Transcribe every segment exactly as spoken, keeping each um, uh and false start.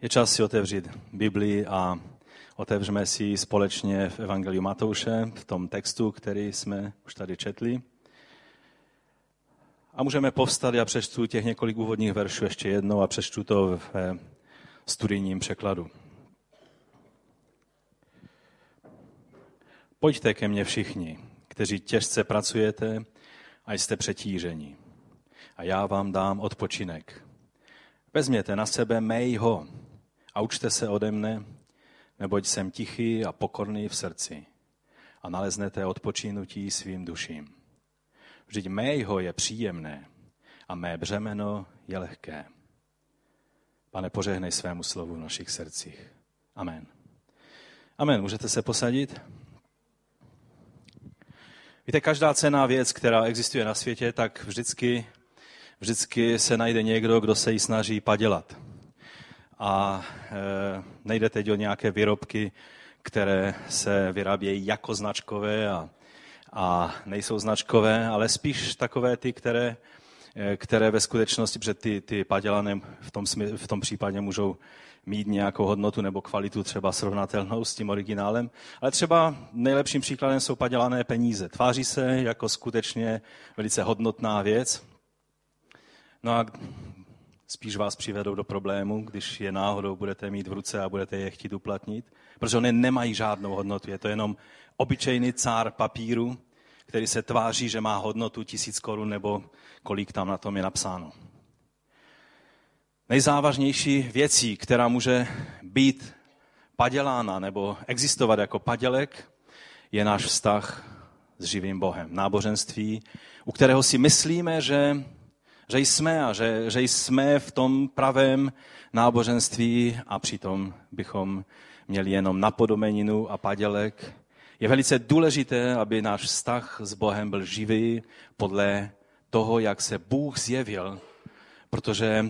Je čas si otevřít Biblii a otevřeme si ji společně v Evangeliu Matouše, v tom textu, který jsme už tady četli. A můžeme povstat, já přečtu těch několik úvodních veršů ještě jednou a přečtu to v studijním překladu. Pojďte ke mně všichni, kteří těžce pracujete a jste přetíženi, a já vám dám odpočinek. Vezměte na sebe mého a učte se ode mne, neboť jsem tichý a pokorný v srdci a naleznete odpočinutí svým duším. Vždyť mého je příjemné a mé břemeno je lehké. Pane, požehnej svému slovu v našich srdcích. Amen. Amen. Můžete se posadit? Víte, každá cenná věc, která existuje na světě, tak vždycky, vždycky se najde někdo, kdo se ji snaží padělat. A e, nejde teď o nějaké výrobky, které se vyrábějí jako značkové a, a nejsou značkové, ale spíš takové ty, které, které ve skutečnosti, protože ty, ty padělané v tom, v tom případě můžou mít nějakou hodnotu nebo kvalitu třeba srovnatelnou s tím originálem. Ale třeba nejlepším příkladem jsou padělané peníze. Tváří se jako skutečně velice hodnotná věc. No a spíš vás přivedou do problému, když je náhodou budete mít v ruce a budete je chtít uplatnit, protože oni nemají žádnou hodnotu. Je to jenom obyčejný cár papíru, který se tváří, že má hodnotu tisíc korun nebo kolik tam na tom je napsáno. Nejzávažnější věcí, která může být padělána nebo existovat jako padělek, je náš vztah s živým Bohem. Náboženství, u kterého si myslíme, že, že jsme a že, že jsme v tom pravém náboženství a přitom bychom měli jenom napodomeninu a padělek. Je velice důležité, aby náš vztah s Bohem byl živý podle toho, jak se Bůh zjevil, protože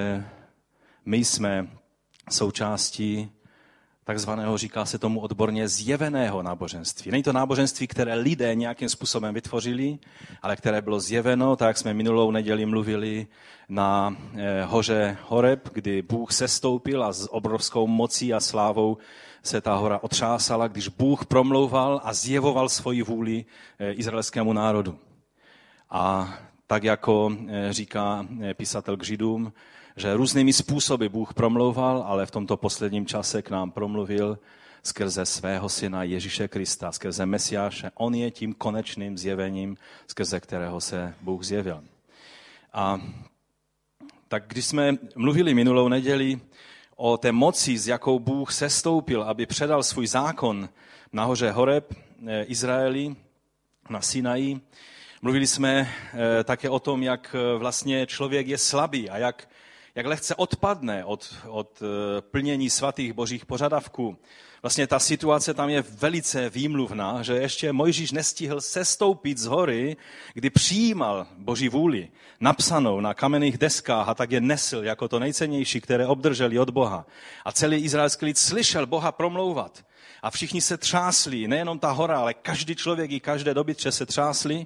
my jsme součástí takzvaného, říká se tomu odborně, zjeveného náboženství. Není to náboženství, které lidé nějakým způsobem vytvořili, ale které bylo zjeveno, tak jak jsme minulou neděli mluvili na hoře Horeb, kdy Bůh sestoupil a s obrovskou mocí a slávou se ta hora otřásala, když Bůh promlouval a zjevoval svoji vůli izraelskému národu. A tak jako říká písatel k Židům, že různými způsoby Bůh promlouval, ale v tomto posledním čase k nám promluvil skrze svého syna Ježíše Krista, skrze Mesiáše. On je tím konečným zjevením, skrze kterého se Bůh zjevil. A tak když jsme mluvili minulou neděli o té moci, s jakou Bůh sestoupil, aby předal svůj zákon na hoře Horeb Izraeli, na Sinaji, mluvili jsme také o tom, jak vlastně člověk je slabý a jak, jak lehce odpadne od, od plnění svatých božích požadavků. Vlastně ta situace tam je velice výmluvná, že ještě Mojžíš nestihl sestoupit z hory, kdy přijímal boží vůli, napsanou na kamenných deskách a tak je nesl jako to nejcennější, které obdrželi od Boha. A celý izraelský lid slyšel Boha promlouvat. A všichni se třásli, nejenom ta hora, ale každý člověk i každé dobytče se třásli.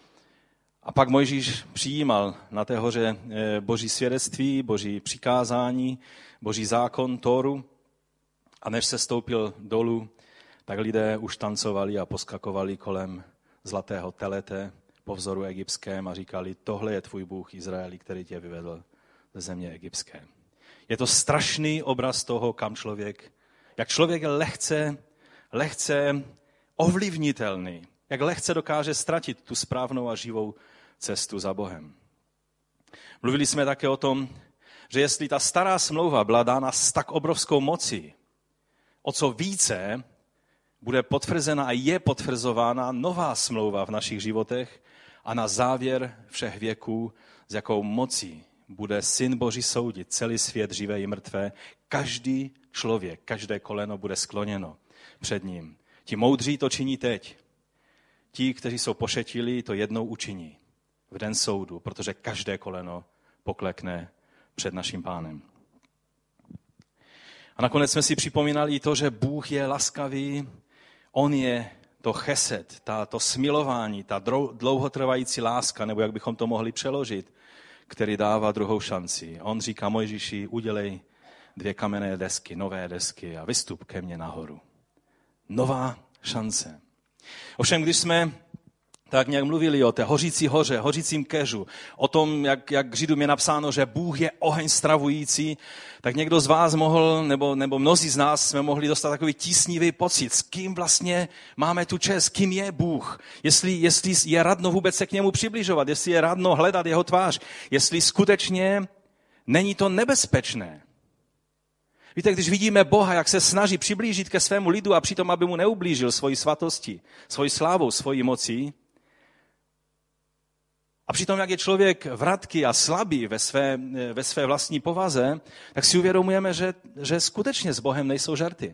A pak Mojžíš přijímal na té hoře boží svědectví, boží přikázání, boží zákon, Tóru. A než se stoupil dolů, tak lidé už tancovali a poskakovali kolem zlatého telete po vzoru egyptském a říkali, tohle je tvůj Bůh Izraeli, který tě vyvedl ze země egyptské. Je to strašný obraz toho, kam člověk, jak člověk je lehce, lehce ovlivnitelný, jak lehce dokáže ztratit tu správnou a živou cestu za Bohem. Mluvili jsme také o tom, že jestli ta stará smlouva byla dána s tak obrovskou mocí, o co více bude potvrzena a je potvrzována nová smlouva v našich životech a na závěr všech věků, s jakou mocí bude Syn Boží soudit celý svět, živé i mrtvé. Každý člověk, každé koleno bude skloněno před ním. Ti moudří to činí teď. Ti, kteří jsou pošetili, to jednou učiní v den soudu, protože každé koleno poklekne před naším Pánem. A nakonec jsme si připomínali i to, že Bůh je laskavý, on je to chesed, ta, to smilování, ta dlouhotrvající láska, nebo jak bychom to mohli přeložit, který dává druhou šanci. On říká Mojžíši, udělej dvě kamenné desky, nové desky a vystup ke mně nahoru. Nová šance. Ovšem, když jsme tak nějak mluvili o té hořící hoře, hořícím keřu, o tom, jak, jak Židům je napsáno, že Bůh je oheň stravující, tak někdo z vás mohl, nebo, nebo mnozí z nás jsme mohli dostat takový tísnivý pocit, s kým vlastně máme tu čest, kým je Bůh, jestli, jestli je radno vůbec se k němu přibližovat, jestli je radno hledat jeho tvář, jestli skutečně není to nebezpečné. Víte, když vidíme Boha, jak se snaží přiblížit ke svému lidu a přitom, aby mu neublížil svoji svatosti, svoji slávou, svoji mocí, a přitom, jak je člověk vratký a slabý ve své, ve své vlastní povaze, tak si uvědomujeme, že, že skutečně s Bohem nejsou žarty.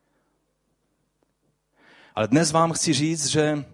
Ale dnes vám chci říct, že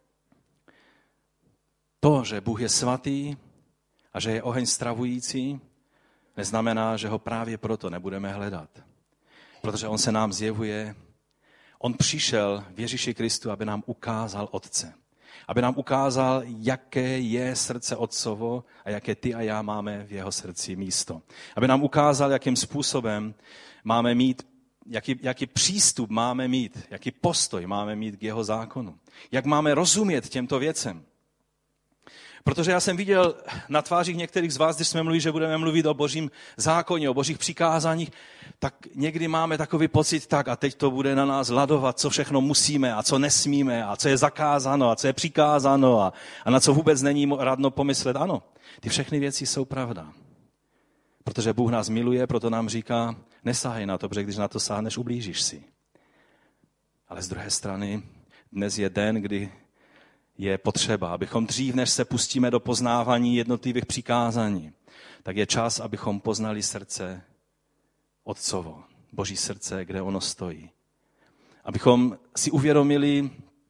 to, že Bůh je svatý a že je oheň stravující, neznamená, že ho právě proto nebudeme hledat. Protože on se nám zjevuje, on přišel v Ježíši Kristu, aby nám ukázal Otce. Aby nám ukázal, jaké je srdce Otcovo a jaké ty a já máme v jeho srdci místo. Aby nám ukázal, jakým způsobem máme mít, jaký, jaký přístup máme mít, jaký postoj máme mít k jeho zákonu. Jak máme rozumět těmto věcem. Protože já jsem viděl na tvářích některých z vás, když jsme mluvili, že budeme mluvit o božím zákoně, o božích přikázáních, tak někdy máme takový pocit, tak a teď to bude na nás ladovat, co všechno musíme a co nesmíme a co je zakázáno a co je přikázáno a, a na co vůbec není radno pomyslet. Ano, ty všechny věci jsou pravda. Protože Bůh nás miluje, proto nám říká, nesahej na to, protože když na to sáhneš, ublížíš si. Ale z druhé strany, dnes je den, kdy je potřeba, abychom dřív, než se pustíme do poznávání jednotlivých přikázání, tak je čas, abychom poznali srdce Otcovo, Boží srdce, kde ono stojí. Abychom si uvědomili,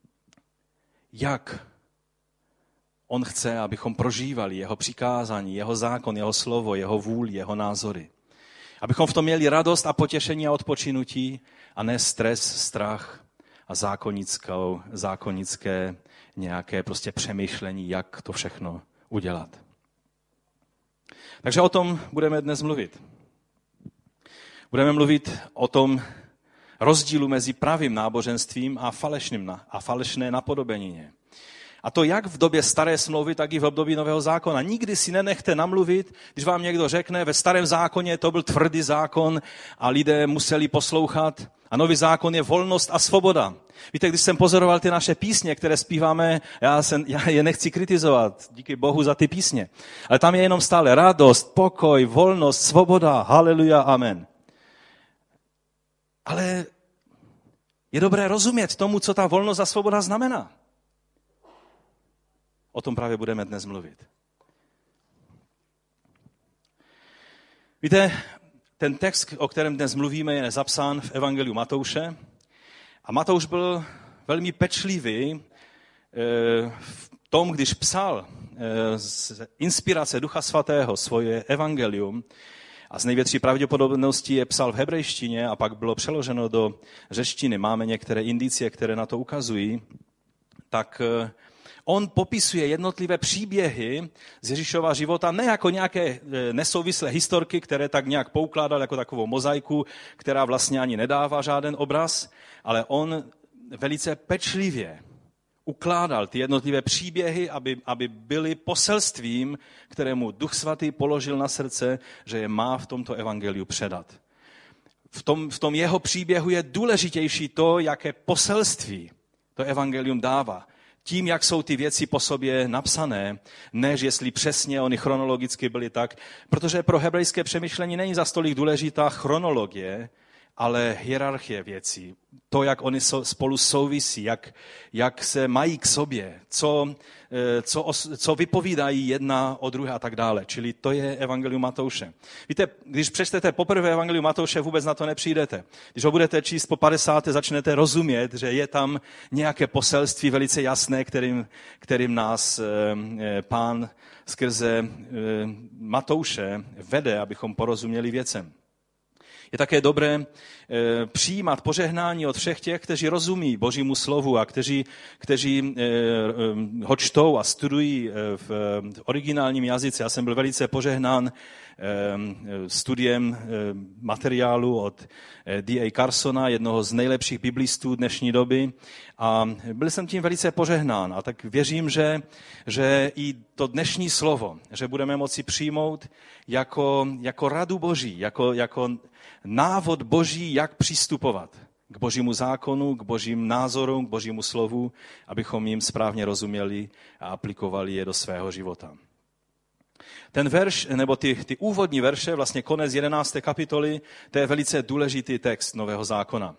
jak on chce, abychom prožívali jeho přikázání, jeho zákon, jeho slovo, jeho vůli, jeho názory. Abychom v tom měli radost a potěšení a odpočinutí a ne stres, strach a zákonickou, zákonické nějaké prostě přemýšlení, jak to všechno udělat. Takže o tom budeme dnes mluvit. Budeme mluvit o tom rozdílu mezi pravým náboženstvím a falešným a falešné napodobenině. A to jak v době staré smlouvy, tak i v období nového zákona. Nikdy si nenechte namluvit, když vám někdo řekne, ve starém zákoně to byl tvrdý zákon a lidé museli poslouchat. A nový zákon je volnost a svoboda. Víte, když jsem pozoroval ty naše písně, které zpíváme, já, jsem, já je nechci kritizovat, díky Bohu za ty písně. Ale tam je jenom stále radost, pokoj, volnost, svoboda, haleluja, amen. Ale je dobré rozumět tomu, co ta volnost a svoboda znamená. O tom právě budeme dnes mluvit. Víte, ten text, o kterém dnes mluvíme, je zapsán v Evangeliu Matouše. A Matouš byl velmi pečlivý v tom, když psal z inspirace Ducha Svatého svoje evangelium, a z největší pravděpodobností je psal v hebrejštině a pak bylo přeloženo do řečtiny. Máme některé indicie, které na to ukazují. Tak on popisuje jednotlivé příběhy z Ježíšova života ne jako nějaké nesouvislé historky, které tak nějak poukládal jako takovou mozaiku, která vlastně ani nedává žádný obraz, ale on velice pečlivě ukládal ty jednotlivé příběhy, aby, aby byly poselstvím, kterému Duch Svatý položil na srdce, že je má v tomto evangeliu předat. V tom, v tom jeho příběhu je důležitější to, jaké poselství to evangelium dává. Tím, jak jsou ty věci po sobě napsané, než jestli přesně oni chronologicky byly tak, protože pro hebrejské přemýšlení není za stolik důležitá chronologie, ale hierarchie věcí. To, jak oni spolu souvisí, jak, jak se mají k sobě, co, co, co vypovídají jedna o druhé a tak dále. Čili to je evangelium Matouše. Víte, když přečtete poprvé evangelium Matouše, vůbec na to nepřijdete. Když ho budete číst po padesáté, začnete rozumět, že je tam nějaké poselství velice jasné, kterým, kterým nás e, Pán skrze e, Matouše vede, abychom porozuměli věcem. Je také dobré e, přijímat požehnání od všech těch, kteří rozumí Božímu slovu a kteří, kteří e, e, ho čtou a studují v, v originálním jazyce. Já jsem byl velice požehnán studiem materiálu od D A Carsona, jednoho z nejlepších biblistů dnešní doby. A byl jsem tím velice požehnán. A tak věřím, že, že i to dnešní slovo, že budeme moci přijmout jako, jako radu Boží, jako, jako návod Boží, jak přistupovat k Božímu zákonu, k Božím názorům, k Božímu slovu, abychom jim správně rozuměli a aplikovali je do svého života. Ten verš, nebo ty, ty úvodní verše, vlastně konec jedenácté kapitoly, to je velice důležitý text Nového zákona.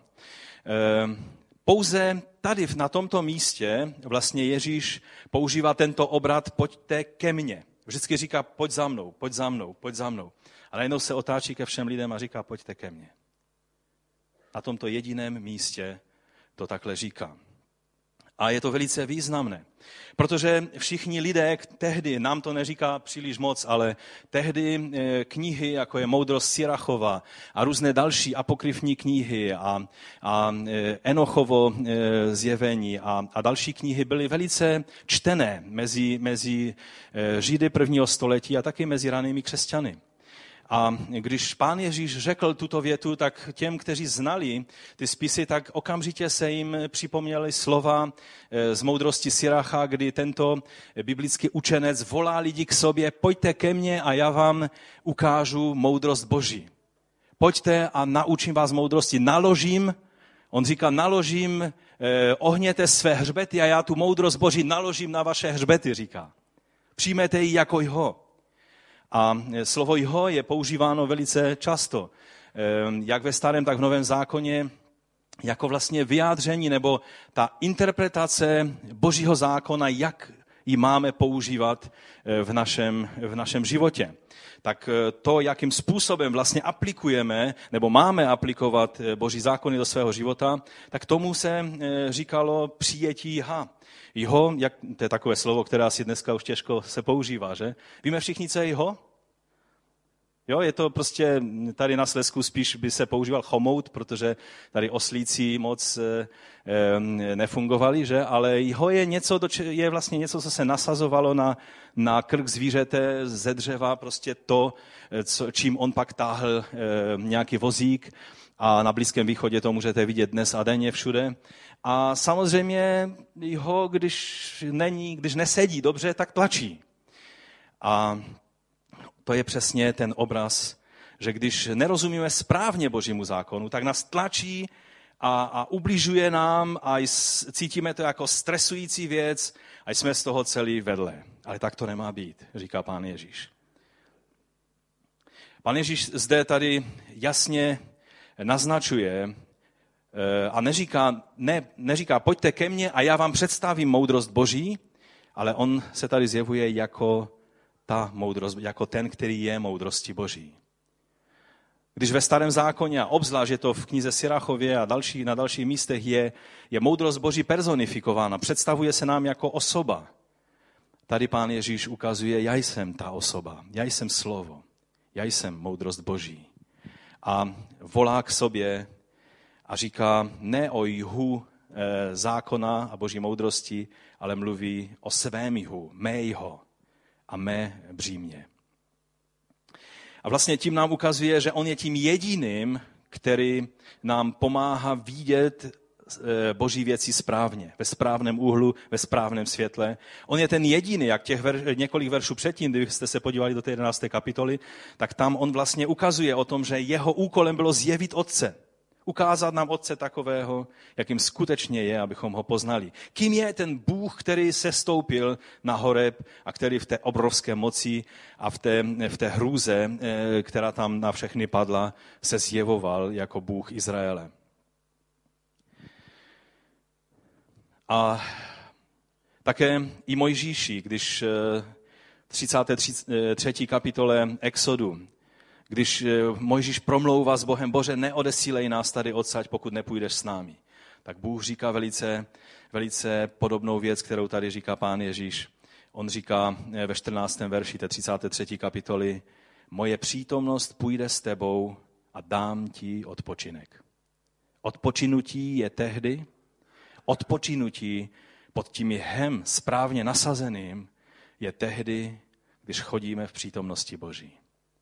Pouze tady na tomto místě vlastně Ježíš používá tento obrat pojďte ke mně. Vždycky říká pojď za mnou, pojď za mnou, pojď za mnou. A najednou se otáčí ke všem lidem a říká pojďte ke mně. Na tomto jediném místě to takhle říká. A je to velice významné, protože všichni lidé tehdy, nám to neříká příliš moc, ale tehdy knihy, jako je Moudrost Sirachova a různé další apokryfní knihy a, a Enochovo zjevení a, a další knihy byly velice čtené mezi, mezi Židy prvního století a taky mezi ranými křesťany. A když Pán Ježíš řekl tuto větu, tak těm, kteří znali ty spisy, tak okamžitě se jim připomněly slova z Moudrosti Siracha, kdy tento biblický učenec volá lidi k sobě, pojďte ke mně a já vám ukážu moudrost Boží. Pojďte a naučím vás moudrosti, naložím, on říká, naložím, eh, ohněte své hřbety a já tu moudrost Boží naložím na vaše hřbety, říká. Přijmete ji jako jeho. A slovo jeho je používáno velice často, jak ve starém, tak v novém zákoně, jako vlastně vyjádření nebo ta interpretace Božího zákona, jak ji máme používat v našem, v našem životě. Tak to, jakým způsobem vlastně aplikujeme, nebo máme aplikovat Boží zákony do svého života, tak tomu se říkalo přijetí jha. Jho, jak, to je takové slovo, které asi dneska už těžko se používá, že? Víme všichni, co je jho? Jo, je to prostě, tady na Slezsku spíš by se používal chomout, protože tady oslíci moc e, e, nefungovali, že? Ale jho je něco, je vlastně něco, co se nasazovalo na, na krk zvířete ze dřeva, prostě to, co, čím on pak táhl e, nějaký vozík. A na Blízkém východě to můžete vidět dnes a denně všude. A samozřejmě ho, když není, když nesedí dobře, tak tlačí. A to je přesně ten obraz, že když nerozumíme správně Božímu zákonu, tak nás tlačí a, a ubližuje nám a cítíme to jako stresující věc a jsme z toho celý vedle. Ale tak to nemá být, říká Pán Ježíš. Pán Ježíš zde tady jasně naznačuje a neříká, ne, neříká, pojďte ke mně a já vám představím moudrost Boží, ale on se tady zjevuje jako ta moudrost, jako ten, který je moudrosti Boží. Když ve Starém zákoně, a obzvlášť je to v knize Sirachově a další, na dalších místech, je, je moudrost Boží personifikována, představuje se nám jako osoba. Tady Pán Ježíš ukazuje, já jsem ta osoba, já jsem slovo, já jsem moudrost Boží. A volá k sobě a říká ne o jhu e, zákona a Boží moudrosti, ale mluví o svém jhu, mé jho a mé břímě. A vlastně tím nám ukazuje, že on je tím jediným, který nám pomáhá vidět Boží věci správně, ve správném úhlu, ve správném světle. On je ten jediný, jak těch ver, několik veršů předtím, kdybyste se podívali do té jedenácté kapitoly, tak tam on vlastně ukazuje o tom, že jeho úkolem bylo zjevit Otce. Ukázat nám Otce takového, jakým skutečně je, abychom ho poznali. Kým je ten Bůh, který se stoupil na Horeb a který v té obrovské moci a v té, v té hrůze, která tam na všechny padla, se zjevoval jako Bůh Izraele. A také i Mojžíši, když v třicáté třetí kapitole Exodu, když Mojžíš promlouvá s Bohem, Bože, neodesílej nás tady odsaď, pokud nepůjdeš s námi. Tak Bůh říká velice, velice podobnou věc, kterou tady říká Pán Ježíš. On říká ve čtrnáctém verši té třicáté třetí kapitoly, moje přítomnost půjde s tebou a dám ti odpočinek. Odpočinutí je tehdy, odpočinutí pod tím jhem správně nasazeným je tehdy, když chodíme v přítomnosti Boží.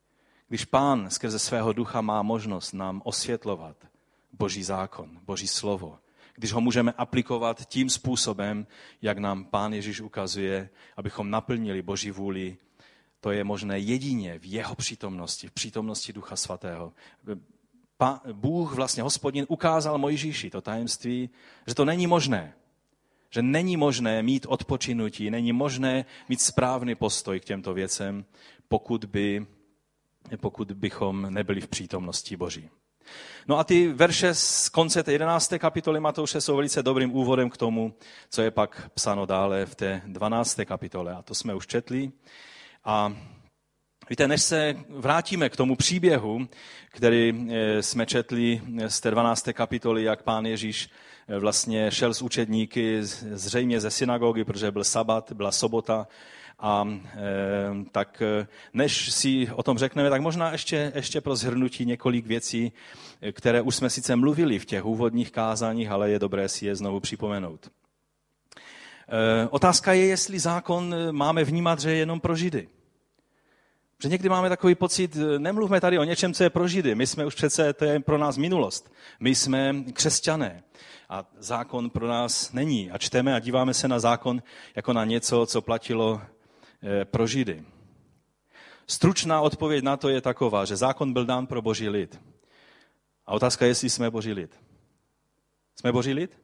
Když Pán skrze svého ducha má možnost nám osvětlovat Boží zákon, Boží slovo, když ho můžeme aplikovat tím způsobem, jak nám Pán Ježíš ukazuje, abychom naplnili Boží vůli, to je možné jedině v jeho přítomnosti, v přítomnosti Ducha Svatého. Pa, Bůh, vlastně Hospodin, ukázal Mojžíši to tajemství, že to není možné. Že není možné mít odpočinutí, není možné mít správný postoj k těmto věcem, pokud, by, pokud bychom nebyli v přítomnosti Boží. No a ty verše z konce té jedenácté kapitoly Matouše jsou velice dobrým úvodem k tomu, co je pak psáno dále v té dvanácté kapitole. A to jsme už četli. A víte, než se vrátíme k tomu příběhu, který jsme četli z té dvanácté kapitoly, jak Pán Ježíš vlastně šel s učedníky zřejmě ze synagogy, protože byl sabat, byla sobota, a e, tak než si o tom řekneme, tak možná ještě, ještě pro shrnutí několik věcí, které už jsme sice mluvili v těch úvodních kázáních, ale je dobré si je znovu připomenout. E, otázka je, jestli zákon máme vnímat, že je jenom pro Židy. Že někdy máme takový pocit, nemluvme tady o něčem, co je pro Židy. My jsme už přece, to je pro nás minulost. My jsme křesťané a zákon pro nás není. A čteme a díváme se na zákon jako na něco, co platilo pro Židy. Stručná odpověď na to je taková, že zákon byl dán pro Boží lid. A otázka je, jestli jsme Boží lid. Jsme Boží lid?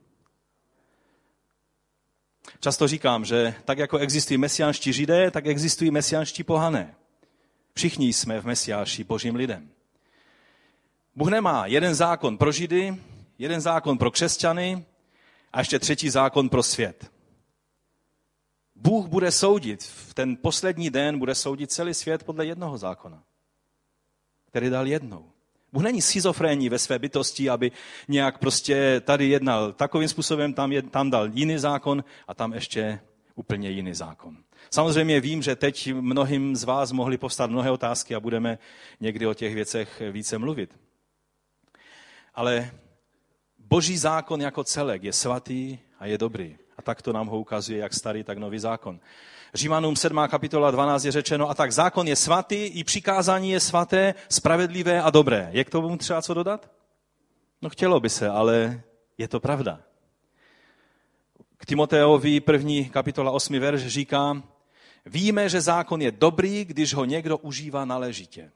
Často říkám, že tak jako existují mesiánští Židé, tak existují mesiánští pohané. Všichni jsme v Mesiáši Božím lidem. Bůh nemá jeden zákon pro Židy, jeden zákon pro křesťany a ještě třetí zákon pro svět. Bůh bude soudit, v ten poslední den bude soudit celý svět podle jednoho zákona, který dal jednou. Bůh není schizofrénní ve své bytosti, aby nějak prostě tady jednal takovým způsobem, tam, je, tam dal jiný zákon a tam ještě úplně jiný zákon. Samozřejmě vím, že teď mnohým z vás mohly povstat mnohé otázky a budeme někdy o těch věcech více mluvit. Ale Boží zákon jako celek je svatý a je dobrý. A tak to nám ho ukazuje jak starý, tak nový zákon. Římanům sedmá kapitola dvanáct je řečeno, a tak zákon je svatý, i přikázání je svaté, spravedlivé a dobré. Je k tomu třeba co dodat? No chtělo by se, ale je to pravda. K Timoteovi první kapitola osmý verš říká, víme, že zákon je dobrý, když ho někdo užívá náležitě.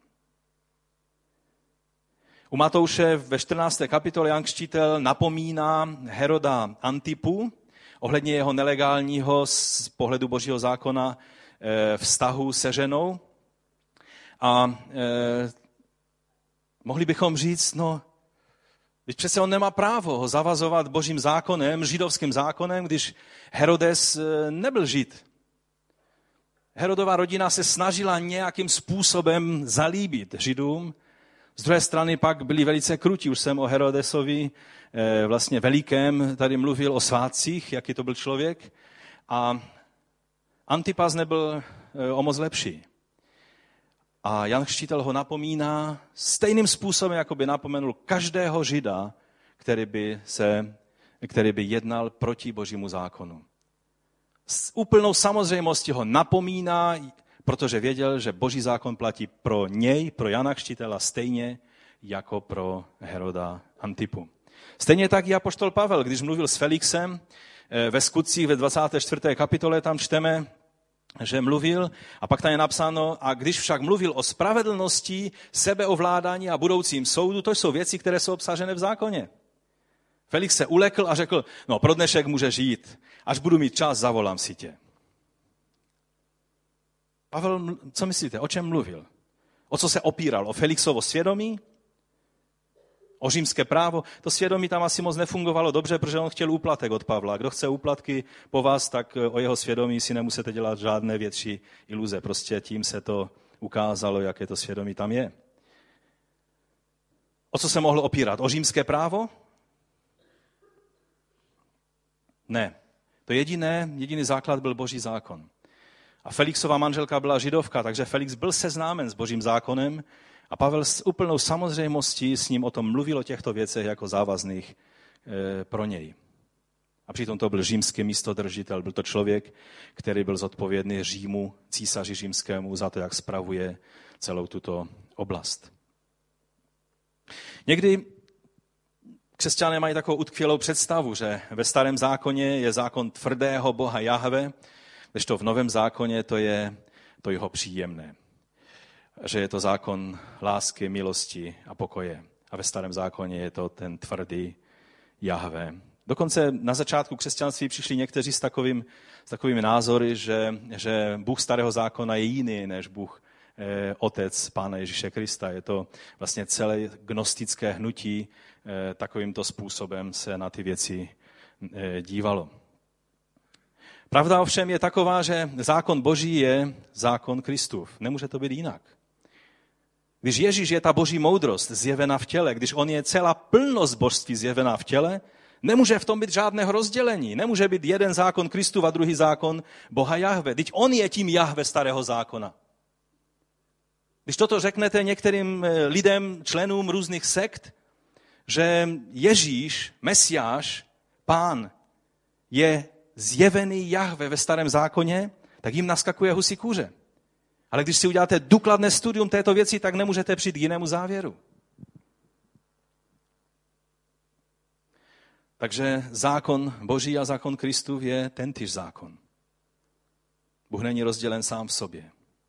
U Matouše ve čtrnácté kapitole Jan Křtitel napomíná Heroda Antipu ohledně jeho nelegálního z pohledu Božího zákona vztahu se ženou. A eh, mohli bychom říct, no, když přece on nemá právo ho zavazovat Božím zákonem, židovským zákonem, když Herodes nebyl Žid. Herodova rodina se snažila nějakým způsobem zalíbit Židům. Z druhé strany pak byli velice krutí. Už jsem o Herodesovi vlastně velikém tady mluvil o svátcích, jaký to byl člověk. A Antipas nebyl o moc lepší. A Jan Křtitel ho napomíná stejným způsobem, jako by napomenul každého Žida, který by, se, který by jednal proti Božímu zákonu. S úplnou samozřejmostí ho napomíná, protože věděl, že Boží zákon platí pro něj, pro Jana Křtitela, stejně jako pro Heroda Antipu. Stejně tak i apoštol Pavel, když mluvil s Felixem ve Skutcích ve dvacáté čtvrté kapitole, tam čteme, že mluvil, a pak tam je napsáno, a když však mluvil o spravedlnosti, sebeovládání a budoucím soudu, to jsou věci, které jsou obsažené v zákoně. Felix se ulekl a řekl, no pro dnešek můžeš jít, až budu mít čas, zavolám si tě. Pavel, co myslíte, o čem mluvil? O co se opíral? O Felixovo svědomí? O římské právo? To svědomí tam asi moc nefungovalo dobře, protože on chtěl úplatek od Pavla. Kdo chce úplatky po vás, tak o jeho svědomí si nemusíte dělat žádné větší iluze. Prostě tím se to ukázalo, jaké to svědomí tam je. O co se mohlo opírat? O římské právo? Ne. To jediné, jediný základ byl Boží zákon. A Felixova manželka byla Židovka, takže Felix byl seznámen s Božím zákonem a Pavel s úplnou samozřejmostí s ním o tom mluvil o těchto věcech jako závazných e, pro něj. A přitom to byl římský místodržitel, byl to člověk, který byl zodpovědný Římu, císaři římskému, za to, jak spravuje celou tuto oblast. Někdy křesťané mají takovou utkvělou představu, že ve starém zákoně je zákon tvrdého Boha Jahve, kdežto v novém zákoně to je to jeho příjemné. Že je to zákon lásky, milosti a pokoje. A ve starém zákoně je to ten tvrdý Jahve. Dokonce na začátku křesťanství přišli někteří s, takovým, s takovými názory, že, že Bůh starého zákona je jiný než Bůh eh, Otec Pána Ježíše Krista. Je to vlastně celé gnostické hnutí, eh, takovýmto způsobem se na ty věci eh, dívalo. Pravda ovšem je taková, že zákon Boží je zákon Kristův. Nemůže to být jinak. Když Ježíš je ta boží moudrost zjevená v těle, když on je celá plnost božství zjevená v těle, nemůže v tom být žádného rozdělení. Nemůže být jeden zákon Kristův a druhý zákon Boha Jahve. Vždyť on je tím Jahve starého zákona. Když toto řeknete některým lidem, členům různých sekt, že Ježíš, Mesiáš, Pán, je zjevený Jahve ve starém zákoně, tak jim naskakuje husí kůže. Ale když si uděláte důkladné studium této věci, tak nemůžete přijít k jinému závěru. Takže zákon Boží a zákon Kristův je tentýž zákon. Bůh není rozdělen sám v sobě.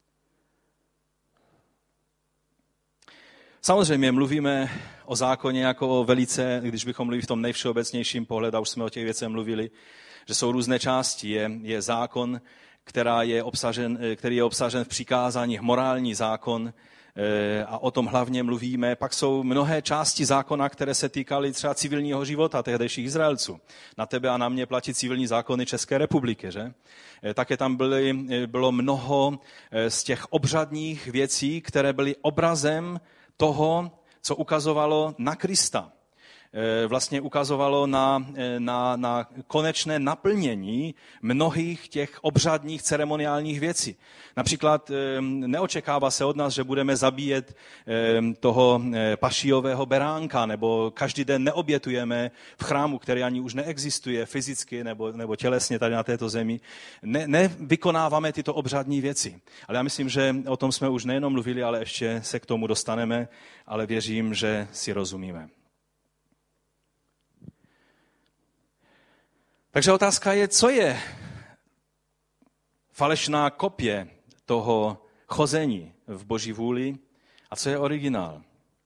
Samozřejmě mluvíme o zákoně jako o velice, když bychom mluvili v tom nejvšeobecnějším pohledu, a už jsme o těch věcech mluvili, že jsou různé části. Je, je zákon, která je obsažen, který je obsažen v přikázáních, morální zákon, a o tom hlavně mluvíme. Pak jsou mnohé části zákona, které se týkaly třeba civilního života tehdejších Izraelců. Na tebe a na mě platí civilní zákony České republiky, že? Také tam byly, bylo mnoho z těch obřadních věcí, které byly obrazem toho, co ukazovalo na Krista. Vlastně ukazovalo na, na, na konečné naplnění mnohých těch obřadních ceremoniálních věcí. Například neočekává se od nás, že budeme zabíjet toho pašijového beránka, nebo každý den neobětujeme v chrámu, který ani už neexistuje fyzicky nebo, nebo tělesně tady na této zemi. Ne, nevykonáváme tyto obřadní věci. Ale já myslím, že o tom jsme už nejenom mluvili, ale ještě se k tomu dostaneme, ale věřím, že si rozumíme. Takže otázka je, co je falešná kopie toho chození v Boží vůli a co je originál.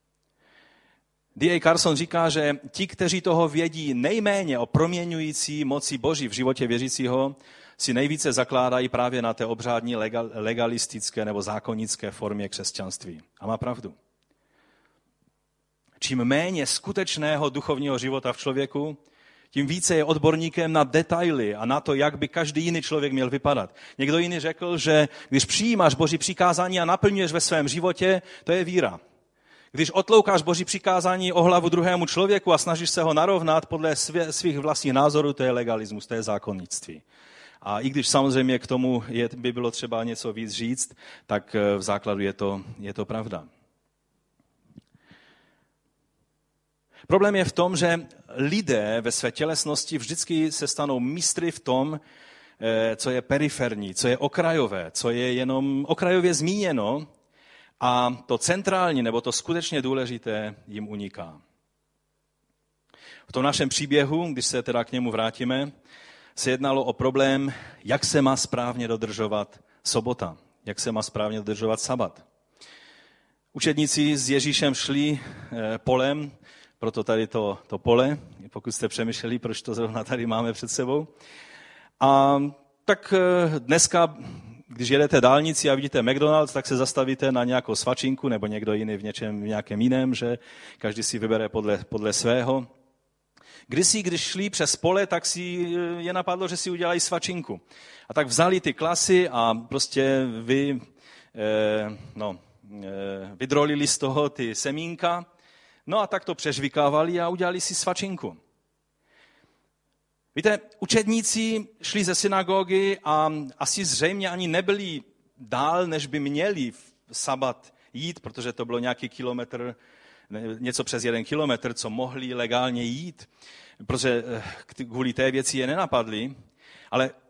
D A Carson říká, že ti, kteří toho vědí nejméně o proměňující moci Boží v životě věřícího, si nejvíce zakládají právě na té obřádní legalistické nebo zákonické formě křesťanství. A má pravdu. Čím méně skutečného duchovního života v člověku, tím více je odborníkem na detaily a na to, jak by každý jiný člověk měl vypadat. Někdo jiný řekl, že když přijímáš Boží přikázání a naplňuješ ve svém životě, to je víra. Když otloukáš Boží přikázání o hlavu druhému člověku a snažíš se ho narovnat podle svých vlastních názorů, to je legalismus, to je zákonnictví. A i když samozřejmě k tomu je, by bylo třeba něco víc říct, tak v základu je to, je to pravda. Problém je v tom, že lidé ve své tělesnosti vždycky se stanou mistry v tom, co je periferní, co je okrajové, co je jenom okrajově zmíněno a to centrální nebo to skutečně důležité jim uniká. V tom našem příběhu, když se teda k němu vrátíme, se jednalo o problém, jak se má správně dodržovat sobota, jak se má správně dodržovat sabat. Učedníci s Ježíšem šli polem, proto tady to, to pole, pokud jste přemýšleli, proč to zrovna tady máme před sebou. A tak dneska, když jedete dálnici a vidíte McDonald's, tak se zastavíte na nějakou svačinku nebo někdo jiný v něčem v nějakém jiném, že každý si vybere podle, podle svého. Kdysi, když šli přes pole, tak si je napadlo, že si udělají svačinku. A tak vzali ty klasy a prostě vy, eh, no, eh, vydrolili z toho ty semínka. No a tak to přežvikávali a udělali si svačinku. Víte, učedníci šli ze synagogy a asi zřejmě ani nebyli dál, než by měli v sabat jít, protože to bylo nějaký kilometr, něco přes jeden kilometr, co mohli legálně jít, protože kvůli té věci je nenapadli. Ale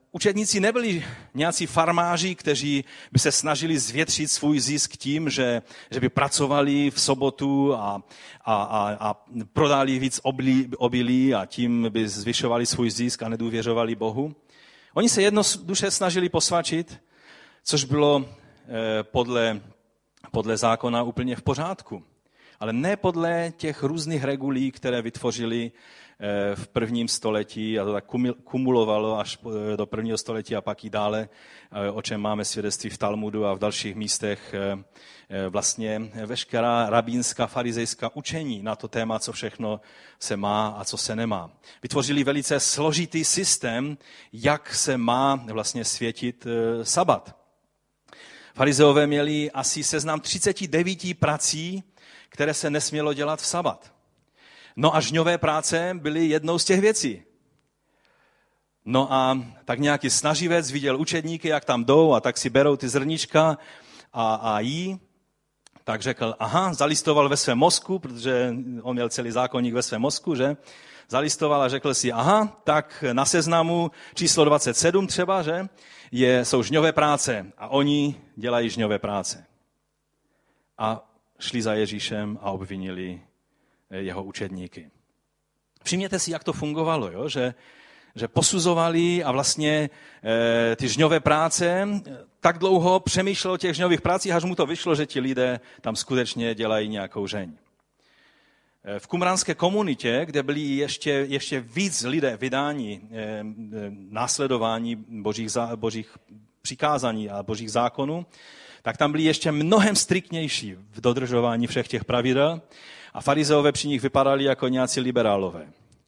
učedníci nebyli nějací farmáři, kteří by se snažili zvětšit svůj zisk tím, že, že by pracovali v sobotu a, a, a, a prodali víc obilí, obilí a tím by zvyšovali svůj zisk a nedůvěřovali Bohu. Oni se jednoduše snažili posvačit, což bylo eh, podle, podle zákona úplně v pořádku. Ale ne podle těch různých regulí, které vytvořili v prvním století a to tak kumulovalo až do prvního století a pak i dále, o čem máme svědectví v Talmudu a v dalších místech. Vlastně veškerá rabínská, farizejská učení na to téma, co všechno se má a co se nemá. Vytvořili velice složitý systém, jak se má vlastně světit sabat. Farizeové měli asi seznam třicet devět prací, které se nesmělo dělat v sabat. No a žňové práce byly jednou z těch věcí. No a tak nějaký snaživec viděl učedníky, jak tam jdou a tak si berou ty zrnička a, a jí. Tak řekl, aha, zalistoval ve svém mozku, protože on měl celý zákonník ve svém mozku, že? Zalistoval a řekl si, aha, tak na seznamu číslo dvacet sedm třeba, že? Je, jsou žňové práce a oni dělají žňové práce. A šli za Ježíšem a obvinili jeho učedníky. Všimněte si, jak to fungovalo, jo? Že, že posuzovali a vlastně e, ty žňové práce tak dlouho přemýšlel o těch žňových prácích, až mu to vyšlo, že ti lidé tam skutečně dělají nějakou žeň. V kumránské komunitě, kde byli ještě, ještě víc lidé vydáni e, e, následování božích, zá, božích přikázání a božích zákonů, tak tam byli ještě mnohem striktnější v dodržování všech těch pravidel a farizeové při nich vypadali jako nějací liberálové.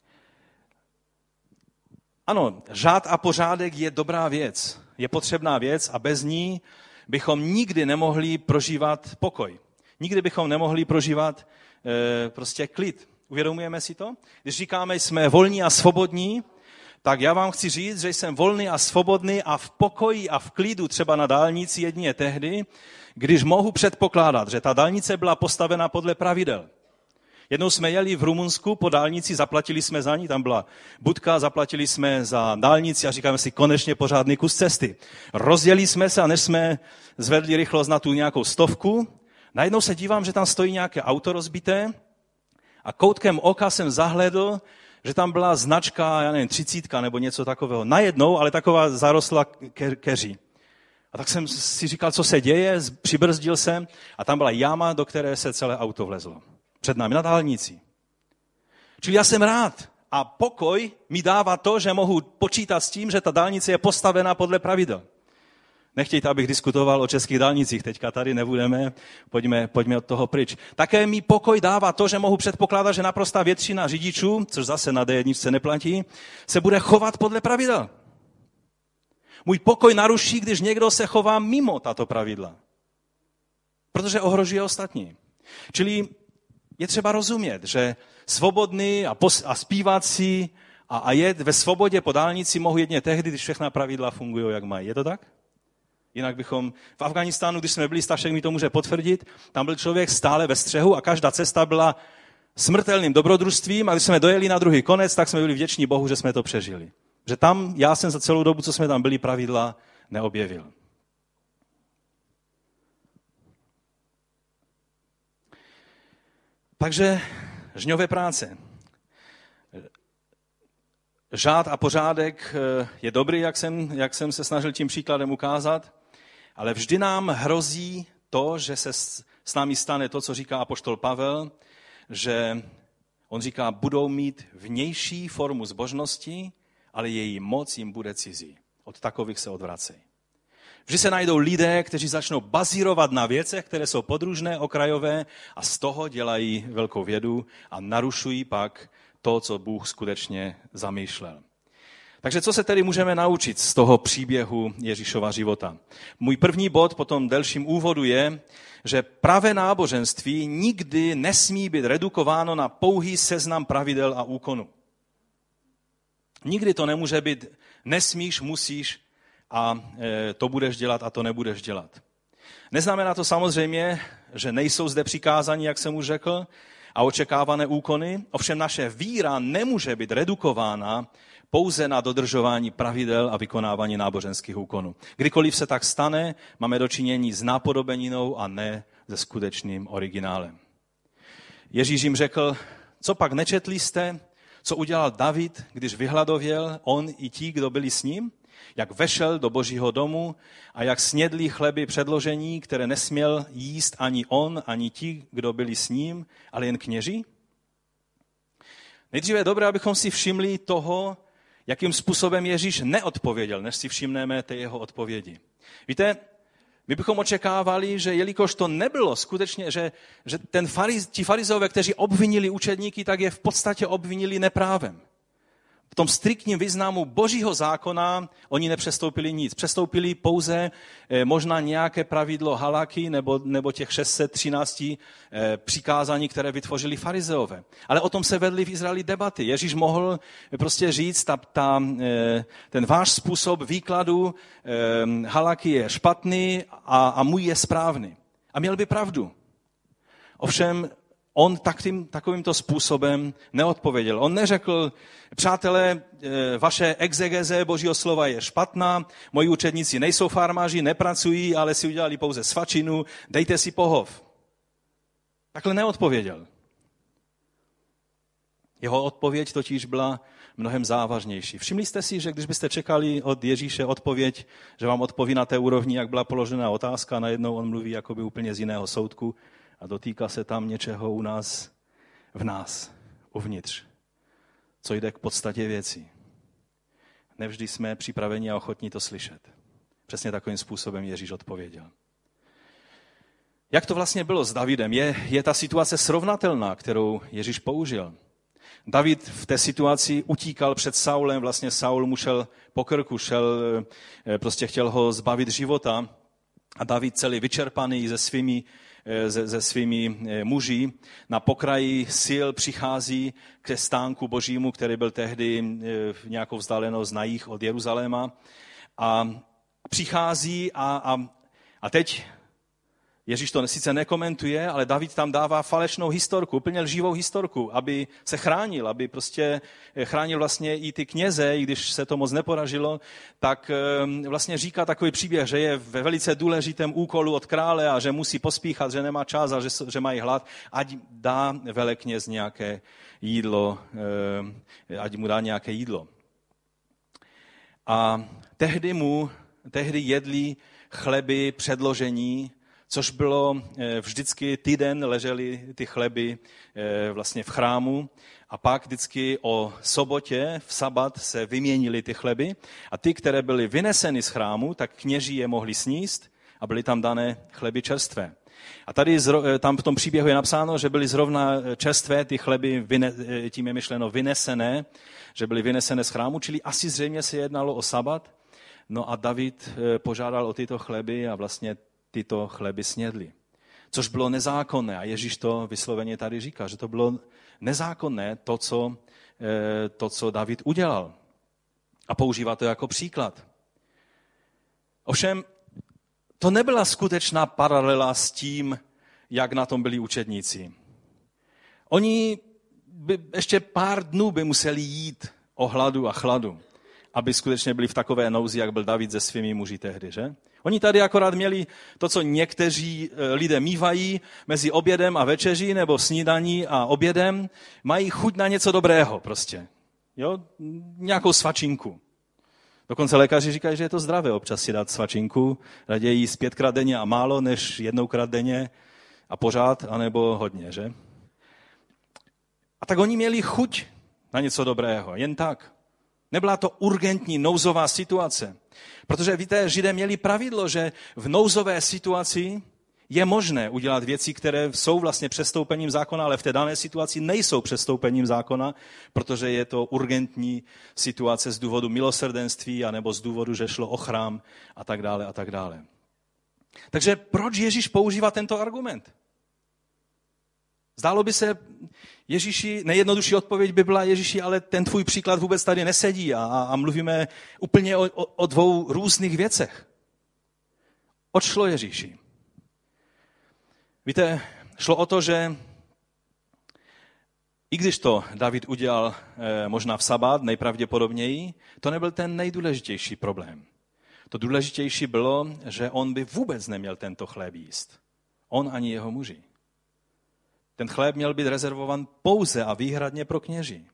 Ano, řád a pořádek je dobrá věc, je potřebná věc a bez ní bychom nikdy nemohli prožívat pokoj. Nikdy bychom nemohli prožívat e, prostě klid. Uvědomujeme si to? Když říkáme, jsme volní a svobodní, tak já vám chci říct, že jsem volný a svobodný a v pokoji a v klidu třeba na dálnici jedině tehdy, když mohu předpokládat, že ta dálnice byla postavena podle pravidel. Jednou jsme jeli v Rumunsku po dálnici, zaplatili jsme za ní, tam byla budka, zaplatili jsme za dálnici a říkáme si konečně pořádný kus cesty. Rozjeli jsme se a než jsme zvedli rychlost na tu nějakou stovku, najednou se dívám, že tam stojí nějaké auto rozbité a koutkem oka jsem zahledl, že tam byla značka, já nevím, třicítka nebo něco takového. Najednou, ale taková zarostla ke- keří. A tak jsem si říkal, co se děje, přibrzdil jsem a tam byla jáma, do které se celé auto vlezlo. Před námi na dálnici. Čili já jsem rád a pokoj mi dává to, že mohu počítat s tím, že ta dálnice je postavená podle pravidel. Nechtějte, abych diskutoval o českých dálnicích, teďka tady nebudeme, pojďme, pojďme od toho pryč. Také mi pokoj dává to, že mohu předpokládat, že naprostá většina řidičů, což zase na dé jedna neplatí, se bude chovat podle pravidel. Můj pokoj naruší, když někdo se chová mimo tato pravidla, protože ohrožuje ostatní. Čili je třeba rozumět, že svobodný a, pos- a zpívat si a, a jet ve svobodě po dálnici mohu jedně tehdy, když všechna pravidla fungují, jak mají. Je to tak? Jinak bychom v Afghánistánu, když jsme byli, Stašek mi to může potvrdit, tam byl člověk stále ve střehu a každá cesta byla smrtelným dobrodružstvím a když jsme dojeli na druhý konec, tak jsme byli vděční Bohu, že jsme to přežili. Že tam já jsem za celou dobu, co jsme tam byli, pravidla neobjevil. Takže žňové práce. Řád a pořádek je dobrý, jak jsem, jak jsem se snažil tím příkladem ukázat, ale vždy nám hrozí to, že se s námi stane to, co říká apoštol Pavel, že on říká, budou mít vnější formu zbožnosti, ale její moc jim bude cizí. Od takových se odvracejí. Vždy se najdou lidé, kteří začnou bazírovat na věcech, které jsou podružné, okrajové a z toho dělají velkou vědu a narušují pak to, co Bůh skutečně zamýšlel. Takže co se tedy můžeme naučit z toho příběhu Ježíšova života? Můj první bod po tom delším úvodu je, že pravé náboženství nikdy nesmí být redukováno na pouhý seznam pravidel a úkonů. Nikdy to nemůže být nesmíš, musíš a to budeš dělat a to nebudeš dělat. Neznamená to samozřejmě, že nejsou zde přikázání, jak jsem už řekl, a očekávané úkony, ovšem naše víra nemůže být redukována pouze na dodržování pravidel a vykonávání náboženských úkonů. Kdykoliv se tak stane, máme dočinění s nápodobeninou a ne se skutečným originálem. Ježíš jim řekl, co pak nečetli jste, co udělal David, když vyhladověl, on i ti, kdo byli s ním, jak vešel do Božího domu a jak snědli chleby předložení, které nesměl jíst ani on, ani ti, kdo byli s ním, ale jen kněží? Nejdříve je dobré, abychom si všimli toho, jakým způsobem Ježíš neodpověděl, než si všimneme té jeho odpovědi. Víte, my bychom očekávali, že jelikož to nebylo skutečně, že, že ten fariz, ti farizové, kteří obvinili učedníky, tak je v podstatě obvinili neprávem. V tom striktním významu Božího zákona oni nepřestoupili nic. Přestoupili pouze eh, možná nějaké pravidlo halaky nebo, nebo těch šest set třináct eh, přikázání, které vytvořili farizeové. Ale o tom se vedly v Izraeli debaty. Ježíš mohl prostě říct, ta, ta, eh, ten váš způsob výkladu eh, halaky je špatný a, a můj je správný. A měl by pravdu. Ovšem, on takým, takovýmto způsobem neodpověděl. On neřekl, přátelé, vaše exegeze Božího slova je špatná, moji učedníci nejsou farmáři, nepracují, ale si udělali pouze svačinu, dejte si pohov. Takhle neodpověděl. Jeho odpověď totiž byla mnohem závažnější. Všimli jste si, že když byste čekali od Ježíše odpověď, že vám odpoví na té úrovni, jak byla položena otázka, najednou on mluví jakoby úplně z jiného soudku, a dotýká se tam něčeho u nás, v nás, uvnitř, co jde k podstatě věcí. Nevždy jsme připraveni a ochotní to slyšet. Přesně takovým způsobem Ježíš odpověděl. Jak to vlastně bylo s Davidem? Je, je ta situace srovnatelná, kterou Ježíš použil? David v té situaci utíkal před Saulem, vlastně Saul mu šel po krku, šel, prostě chtěl ho zbavit života a David celý vyčerpaný se svými Se, se svými muži, na pokraji sil přichází ke stánku Božímu, který byl tehdy v nějakou vzdálenost na jih od Jeruzaléma. A přichází a, a, a teď Ježíš to sice nekomentuje, ale David tam dává falešnou historku, úplně lživou historku, aby se chránil, aby prostě chránil vlastně i ty kněze, i když se to moc nepodařilo, tak vlastně říká takový příběh, že je ve velice důležitém úkolu od krále a že musí pospíchat, že nemá čas a že, že mají hlad, ať dá velekněz nějaké jídlo, ať mu dá nějaké jídlo. A tehdy mu, tehdy jedli chleby předložení, což bylo vždycky týden ležely ty chleby vlastně v chrámu a pak vždycky o sobotě v sabat se vyměnily ty chleby a ty, které byly vyneseny z chrámu, tak kněží je mohli sníst a byly tam dané chleby čerstvé. A tady tam v tom příběhu je napsáno, že byly zrovna čerstvé ty chleby, tím je myšleno vynesené, že byly vynesené z chrámu, čili asi zřejmě se jednalo o sabat. No a David požádal o tyto chleby a vlastně tyto chleby snědli. Což bylo nezákonné. A Ježíš to vysloveně tady říká, že to bylo nezákonné to, co, to, co David udělal. A používá to jako příklad. Ovšem, to nebyla skutečná paralela s tím, jak na tom byli učedníci. Oni by ještě pár dnů by museli jít o hladu a chladu, aby skutečně byli v takové nouzi, jak byl David se svými muži tehdy, že? Oni tady akorát měli to, co někteří lidé mívají mezi obědem a večeří, nebo snídaní a obědem, mají chuť na něco dobrého prostě. Jo? Nějakou svačinku. Dokonce lékaři říkají, že je to zdravé občas si dát svačinku, raději jíst pětkrát denně a málo, než jednoukrát denně a pořád, anebo hodně, že? A tak oni měli chuť na něco dobrého, jen tak. Nebyla to urgentní nouzová situace. Protože víte, Židé měli pravidlo, že v nouzové situaci je možné udělat věci, které jsou vlastně přestoupením zákona, ale v té dané situaci nejsou přestoupením zákona, protože je to urgentní situace z důvodu milosrdenství anebo z důvodu, že šlo o chrám a tak dále a tak dále. Takže proč Ježíš používá tento argument? Zdálo by se Ježíši, nejjednodušší odpověď by byla Ježíši, ale ten tvůj příklad vůbec tady nesedí a, a mluvíme úplně o, o, o dvou různých věcech. Oč šlo Ježíši? Víte, šlo o to, že I když to David udělal e, možná v sabát, nejpravděpodobněji, to nebyl ten nejdůležitější problém. To důležitější bylo, že on by vůbec neměl tento chléb jíst. On ani jeho muži. Ten chléb měl být rezervovan pouze a výhradně pro kněží.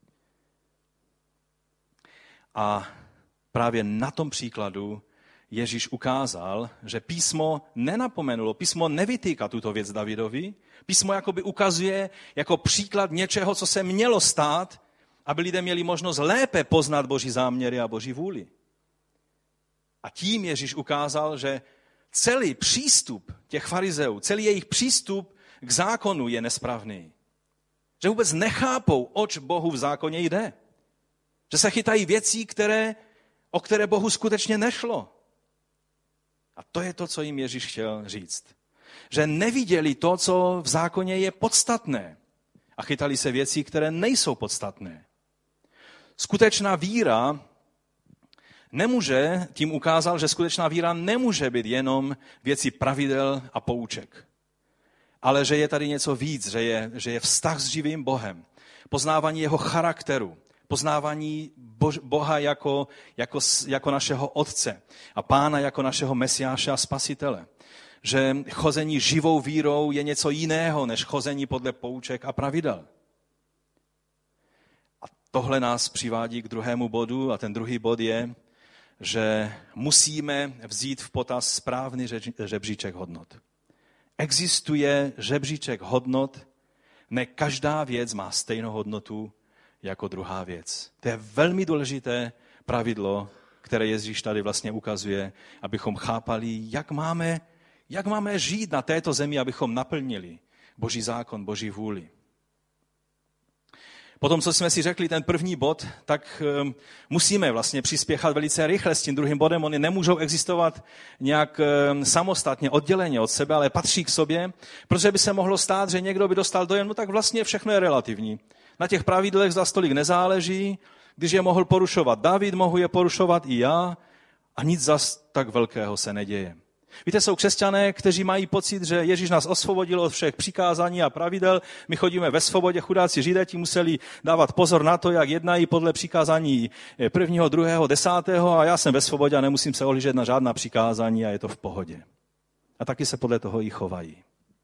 A právě na tom příkladu Ježíš ukázal, že písmo nenapomenulo, písmo nevytýká tuto věc Davidovi, písmo jakoby ukazuje jako příklad něčeho, co se mělo stát, aby lidé měli možnost lépe poznat Boží záměry a Boží vůli. A tím Ježíš ukázal, že celý přístup těch farizeů, celý jejich přístup k zákonu je nesprávný. Že vůbec nechápou, oč Bohu v zákoně jde. Že se chytají věcí, které, o které Bohu skutečně nešlo. A to je to, co jim Ježíš chtěl říct. Že neviděli to, co v zákoně je podstatné. A chytali se věcí, které nejsou podstatné. Skutečná víra nemůže, tím ukázal, že skutečná víra nemůže být jenom věcí pravidel a pouček. Ale že je tady něco víc, že je, že je vztah s živým Bohem. Poznávání jeho charakteru. Poznávání Boha jako, jako, jako našeho Otce a Pána jako našeho Mesiáše a Spasitele. Že chození živou vírou je něco jiného, než chození podle pouček a pravidel. A tohle nás přivádí k druhému bodu a ten druhý bod je, že musíme vzít v potaz správný žebříček hodnot. Existuje žebříček hodnot, ne každá věc má stejnou hodnotu jako druhá věc. To je velmi důležité pravidlo, které Ježíš tady vlastně ukazuje, abychom chápali, jak máme, jak máme žít na této zemi, abychom naplnili Boží zákon, Boží vůli. Potom, co jsme si řekli, ten první bod, tak um, musíme vlastně přispěchat velice rychle s tím druhým bodem. Oni nemůžou existovat nějak um, samostatně, odděleně od sebe, ale patří k sobě, protože by se mohlo stát, že někdo by dostal dojem, no tak vlastně všechno je relativní. Na těch pravidlech za stolik nezáleží, když je mohl porušovat David, mohu je porušovat i já a nic zas tak velkého se neděje. Víte, jsou křesťané, kteří mají pocit, že Ježíš nás osvobodil od všech přikázání a pravidel. My chodíme ve svobodě, chudáci Židé, ti museli dávat pozor na to, jak jednají podle přikázání prvního, druhého, desátého a já jsem ve svobodě a nemusím se ohlížet na žádná přikázání a je to v pohodě. A taky se podle toho i chovají.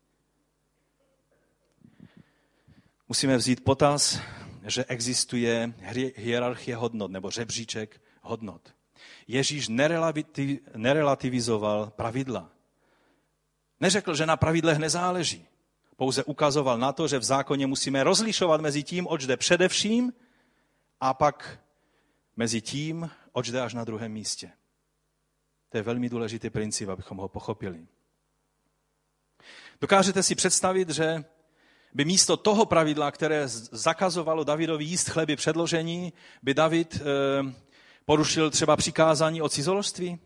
Musíme vzít potaz, že existuje hierarchie hodnot nebo žebříček hodnot. Ježíš nerelativizoval pravidla. Neřekl, že na pravidlech nezáleží. Pouze ukazoval na to, že v zákoně musíme rozlišovat mezi tím, oč jde především, a pak mezi tím, oč jde až na druhém místě. To je velmi důležitý princip, abychom ho pochopili. Dokážete si představit, že by místo toho pravidla, které zakazovalo Davidovi jíst chleby předložení, by David eh, porušil třeba přikázání o cizoložství?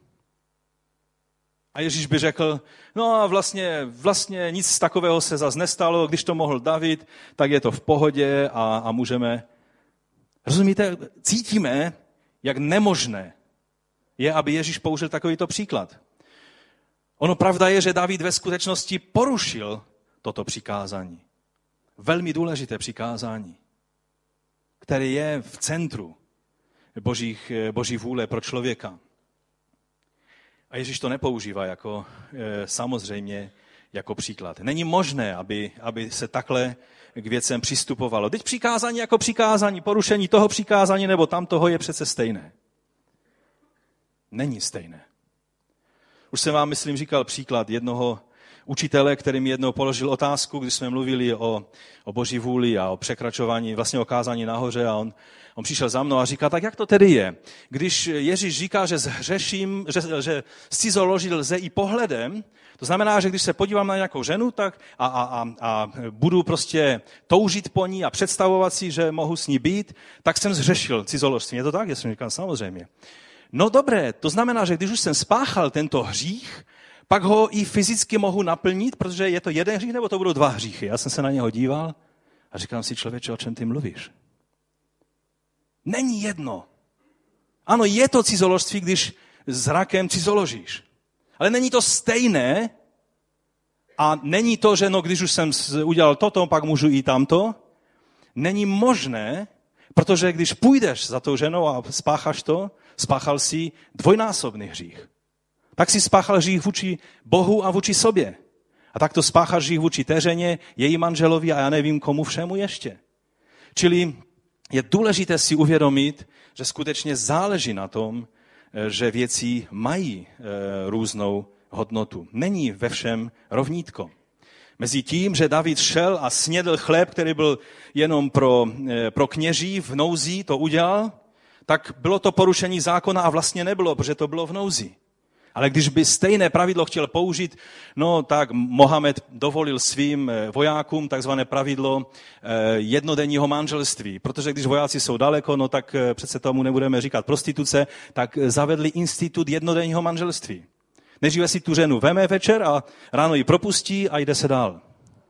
A Ježíš by řekl, no a vlastně, vlastně nic takového se zas nestalo, když to mohl David, tak je to v pohodě a, a můžeme... Rozumíte, cítíme, jak nemožné je, aby Ježíš použil takovýto příklad. Ono pravda je, že David ve skutečnosti porušil toto přikázání. Velmi důležité přikázání, které je v centru božích, boží vůle pro člověka. A Ježíš to nepoužívá jako e, samozřejmě jako příklad. Není možné, aby, aby se takhle k věcem přistupovalo. Teď přikázání jako přikázání, porušení toho přikázání nebo tamtoho je přece stejné. Není stejné. Už jsem vám, myslím, říkal příklad jednoho učitele, který mi jednou položil otázku, když jsme mluvili o, o Boží vůli a o překračování, vlastně o kázání nahoře a on, on přišel za mnou a říká, tak jak to tedy je? Když Ježíš říká, že zhřeším, že, že cizoložit lze i pohledem, to znamená, že když se podívám na nějakou ženu tak a, a, a, a budu prostě toužit po ní a představovat si, že mohu s ní být, tak jsem zhřešil cizoložství. Je to tak? Já jsem říkal, samozřejmě. No dobré, to znamená, že když už jsem spáchal tento hřích, pak ho i fyzicky mohu naplnit, protože je to jeden hřích, nebo to budou dva hříchy. Já jsem se na něho díval a říkám si, člověče, o čem ty mluvíš? Není jedno. Ano, je to cizoložství, když zrakem cizoložíš. Ale není to stejné a není to, že no, když už jsem udělal toto, pak můžu i tamto. není možné, protože když půjdeš za tou ženou a spácháš to, spáchal si dvojnásobný hřích. Tak si spáchal hřích vůči Bohu a vůči sobě. A tak to spácháš hřích vůči té ženě, její manželovi a já nevím komu všemu ještě. Čili je důležité si uvědomit, že skutečně záleží na tom, že věci mají různou hodnotu. Není ve všem rovnítko. Mezi tím, že David šel a snědl chléb, který byl jenom pro, pro kněží v nouzi, to udělal, tak bylo to porušení zákona a vlastně nebylo, protože to bylo v nouzi. Ale když by stejné pravidlo chtěl použít, no tak Mohamed dovolil svým vojákům takzvané pravidlo jednodenního manželství. Protože když vojáci jsou daleko, no tak přece tomu nebudeme říkat prostituce, tak zavedli institut jednodenního manželství. Nejdříve si tu ženu veme večer a ráno ji propustí a jde se dál.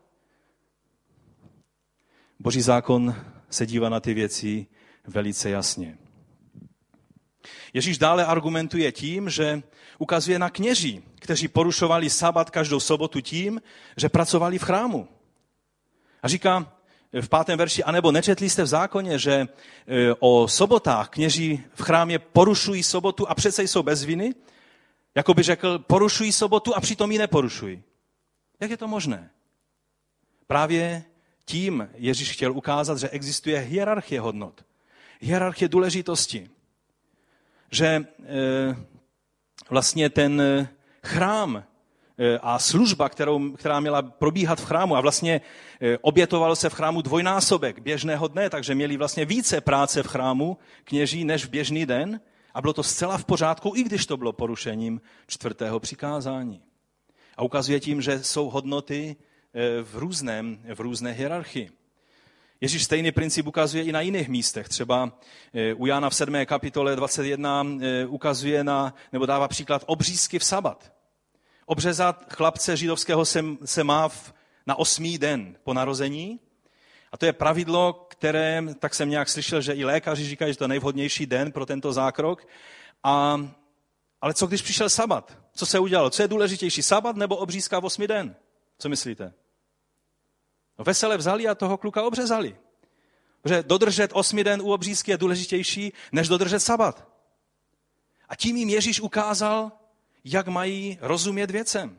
Boží zákon se dívá na ty věci velice jasně. Ježíš dále argumentuje tím, že ukazuje na kněží, kteří porušovali sabat každou sobotu tím, že pracovali v chrámu. A říká v pátém verši, anebo nečetli jste v zákoně, že o sobotách kněží v chrámě porušují sobotu a přece jsou bez viny? Jako by řekl, porušují sobotu a přitom ji neporušují. Jak je to možné? Právě tím Ježíš chtěl ukázat, že existuje hierarchie hodnot. Hierarchie důležitosti. Že e, vlastně ten chrám e, a služba, kterou, která měla probíhat v chrámu a vlastně e, obětovalo se v chrámu dvojnásobek běžného dne, takže měli vlastně více práce v chrámu kněží než v běžný den a bylo to zcela v pořádku, i když to bylo porušením čtvrtého přikázání. A ukazuje tím, že jsou hodnoty e, v, různém, v různé hierarchii. Ježíš stejný princip ukazuje i na jiných místech. Třeba u Jana v sedmé kapitole dvacet jedna ukazuje na, nebo dává příklad obřízky v sabat. Obřezat chlapce židovského se, se má v, na osmý den po narození. A to je pravidlo, které, tak jsem nějak slyšel, že i lékaři říkají, že to je nejvhodnější den pro tento zákrok. A, ale co když přišel sabat? Co se udělalo? Co je důležitější, sabat nebo obřízka v osmý den? Co myslíte? No vesele vzali a toho kluka obřezali. Protože dodržet osmý den u obřízky je důležitější, než dodržet sabat. A tím jim Ježíš ukázal, jak mají rozumět věcem.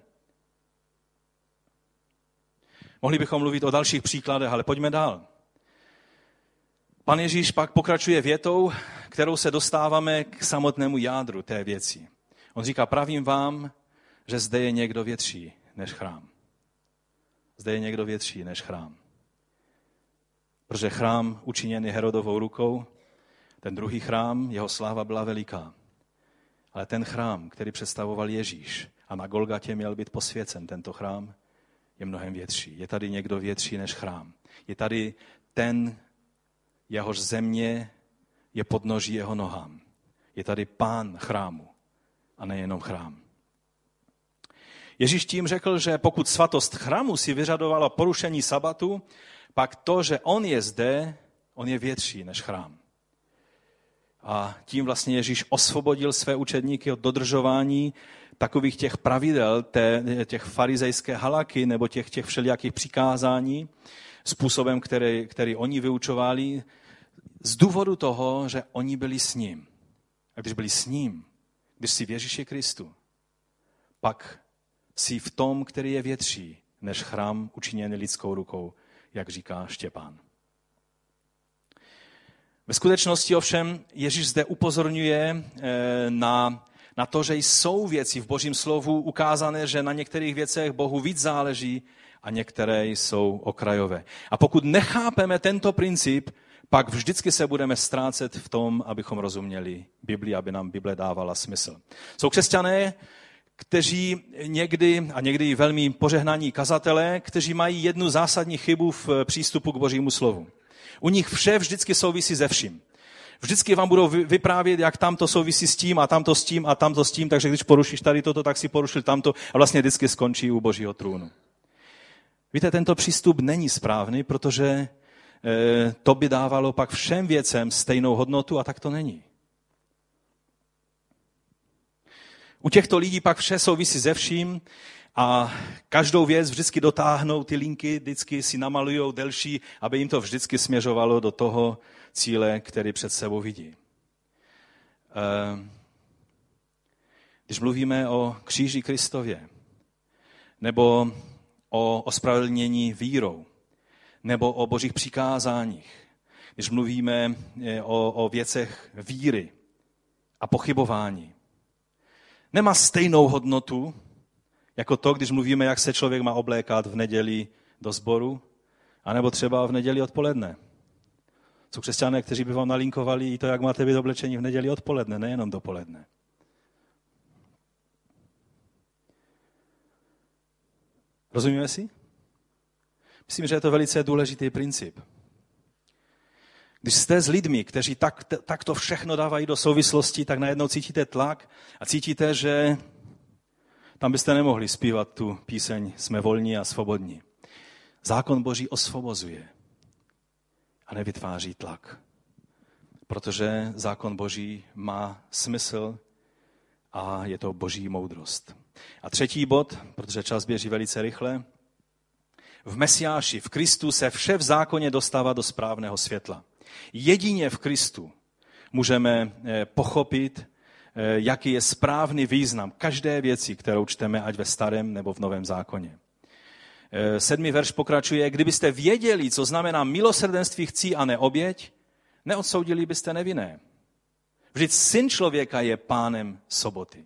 Mohli bychom mluvit o dalších příkladech, ale pojďme dál. Pan Ježíš pak pokračuje větou, kterou se dostáváme k samotnému jádru té věci. On říká, pravím vám, že zde je někdo větší než chrám. Zde je někdo větší než chrám. Protože chrám učiněný Herodovou rukou, ten druhý chrám, jeho sláva byla veliká. Ale ten chrám, který představoval Ježíš a na Golgatě měl být posvěcen tento chrám, je mnohem větší. Je tady někdo větší než chrám. Je tady ten, jehož země je podnoží jeho nohám. Je tady pán chrámu a nejenom chrám. Ježíš tím řekl, že pokud svatost chrámu si vyžadovala porušení sabatu, pak to, že on je zde, on je větší než chrám. A tím vlastně Ježíš osvobodil své učedníky od dodržování takových těch pravidel, té, těch farizejské halaky nebo těch, těch všelijakých přikázání způsobem, který, který oni vyučovali, z důvodu toho, že oni byli s ním. A když byli s ním, když jsi v Ježíši Kristu, pak jsi v tom, který je větší než chrám učiněný lidskou rukou, jak říká Štěpán. Ve skutečnosti ovšem Ježíš zde upozorňuje na, na to, že jsou věci v Božím slovu ukázané, že na některých věcech Bohu víc záleží a některé jsou okrajové. A pokud nechápeme tento princip, pak vždycky se budeme ztrácet v tom, abychom rozuměli Bibli, aby nám Bible dávala smysl. Jsou křesťané, kteří někdy, a někdy velmi požehnaní kazatelé, kteří mají jednu zásadní chybu v přístupu k Božímu slovu. U nich vše vždycky souvisí se vším. Vždycky vám budou vyprávět, jak tamto souvisí s tím a tamto s tím a tamto s tím, takže když porušíš tady toto, tak si porušil tamto a vlastně vždycky skončí u Božího trůnu. Víte, tento přístup není správný, protože to by dávalo pak všem věcem stejnou hodnotu a tak to není. U těchto lidí pak vše souvisí se vším A každou věc vždycky dotáhnou, ty linky vždycky si namalujou delší, aby jim to vždycky směřovalo do toho cíle, který před sebou vidí. Když mluvíme o kříži Kristově, nebo o ospravedlnění vírou, nebo o božích přikázáních, když mluvíme o, o věcech víry a pochybování, nemá stejnou hodnotu, jako to, když mluvíme, jak se člověk má oblékat v neděli do sboru, anebo třeba v neděli odpoledne. Jsou křesťané, kteří by vám nalinkovali i to, jak máte být oblečení v neděli odpoledne, nejenom dopoledne. Rozumíme si? Myslím, že je to velice důležitý princip. Když jste s lidmi, kteří tak, tak to všechno dávají do souvislosti, tak najednou cítíte tlak a cítíte, že tam byste nemohli zpívat tu píseň Jsme volní a svobodní. Zákon Boží osvobozuje a nevytváří tlak. Protože zákon Boží má smysl a je to Boží moudrost. A třetí bod, protože čas běží velice rychle. V Mesiáši, v Kristu se vše v zákoně dostává do správného světla. Jedině v Kristu můžeme pochopit, jaký je správný význam každé věci, kterou čteme ať ve starém nebo v novém zákoně. Sedmý verš pokračuje, kdybyste věděli, co znamená milosrdenství chcí a ne oběť, neodsoudili byste nevinné. Vždyť syn člověka je pánem soboty.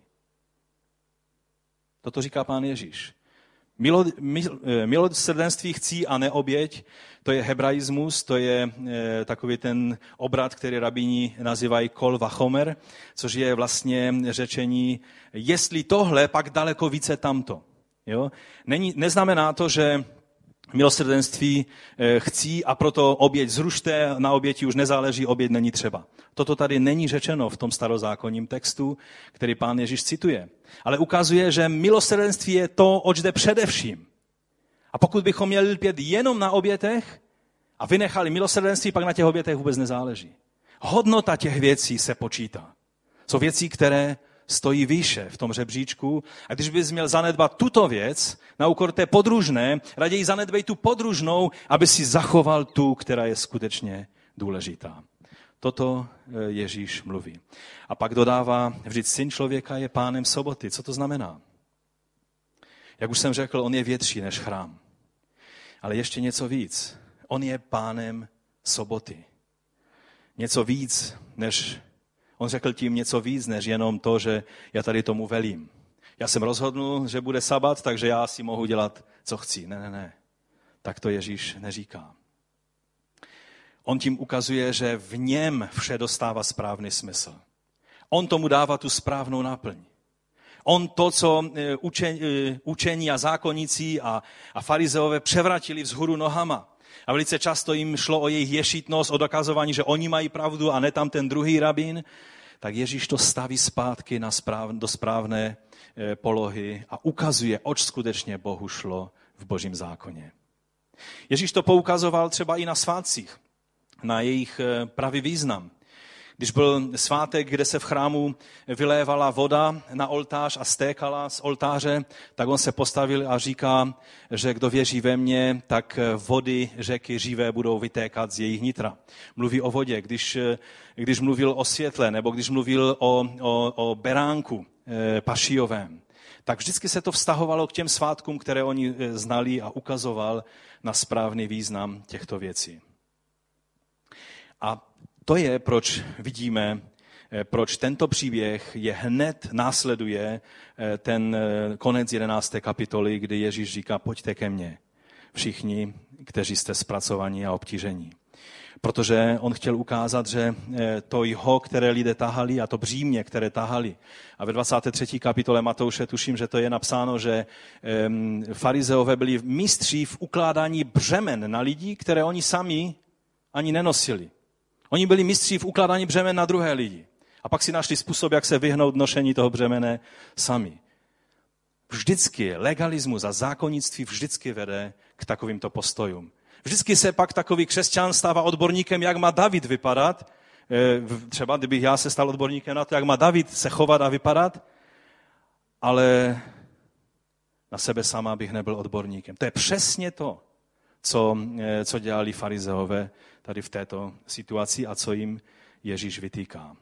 Toto říká pán Ježíš. Milo, mil, milosrdenství chcí a ne oběť, to je hebraismus, to je e, takový ten obrat, který rabíni nazývají kol vachomer, což je vlastně řečení, jestli tohle, pak daleko více tamto. Jo? Není, neznamená to, že milosrdenství e, chcí a proto oběť zrušte, na oběti už nezáleží, oběť není třeba. Toto tady není řečeno v tom starozákonním textu, který pán Ježíš cituje. Ale ukazuje, že milosrdenství je to, oč jde především. A pokud bychom měli lpět jenom na obětech a vynechali milosrdenství, pak na těch obětech vůbec nezáleží. Hodnota těch věcí se počítá. Jsou věci, které stojí výše v tom žebříčku. A když bys měl zanedbat tuto věc na úkor té podružné, raději zanedbej tu podružnou, aby si zachoval tu, která je skutečně důležitá. Toto Ježíš mluví. A pak dodává, vždyť syn člověka je pánem soboty. Co to znamená? Jak už jsem řekl, on je větší než chrám. Ale ještě něco víc. On je pánem soboty. Něco víc, než, on řekl tím něco víc, než jenom to, že já tady tomu velím. Já jsem rozhodnul, že bude sabat, takže já si mohu dělat, co chci. Ne, ne, ne. Tak to Ježíš neříká. On tím ukazuje, že v něm vše dostává správný smysl. On tomu dává tu správnou náplň. On to, co učení a zákonníci a, a farizeové převratili vzhůru nohama. A velice často jim šlo o jejich ješitnost, o dokazování, že oni mají pravdu a ne tam ten druhý rabín. Tak Ježíš to staví zpátky na správ, do správné polohy a ukazuje, oč skutečně Bohu šlo v Božím zákoně. Ježíš to poukazoval třeba i na svátcích, na jejich pravý význam. Když byl svátek, kde se v chrámu vylévala voda na oltář a stékala z oltáře, tak on se postavil a říká, že kdo věří ve mě, tak vody řeky živé budou vytékat z jejich nitra. Mluví o vodě, když, když mluvil o světle, nebo když mluvil o, o, o beránku e, pašijovém, tak vždycky se to vztahovalo k těm svátkům, které oni znali a ukazoval na správný význam těchto věcí. A to je, proč vidíme, proč tento příběh je hned následuje ten konec jedenácté kapitoly, kdy Ježíš říká, pojďte ke mně, všichni, kteří jste zpracovaní a obtížení. Protože on chtěl ukázat, že to jho, které lidé tahali, a to břímě, které tahali. A ve dvacáté třetí kapitole Matouše tuším, že to je napsáno, že farizeové byli mistří v ukládání břemen na lidi, které oni sami ani nenosili. Oni byli mistří v ukládání břemen na druhé lidi. A pak si našli způsob, jak se vyhnout nošení toho břemene sami. Vždycky legalismus a zákonnictví vždycky vede k takovýmto postojům. Vždycky se pak takový křesťan stává odborníkem, jak má David vypadat. Třeba kdybych já se stal odborníkem na to, jak má David se chovat a vypadat. Ale Na sebe sama bych nebyl odborníkem. To je přesně to, co, co dělali farizeové tady v této situaci a co jim Ježíš vytýká.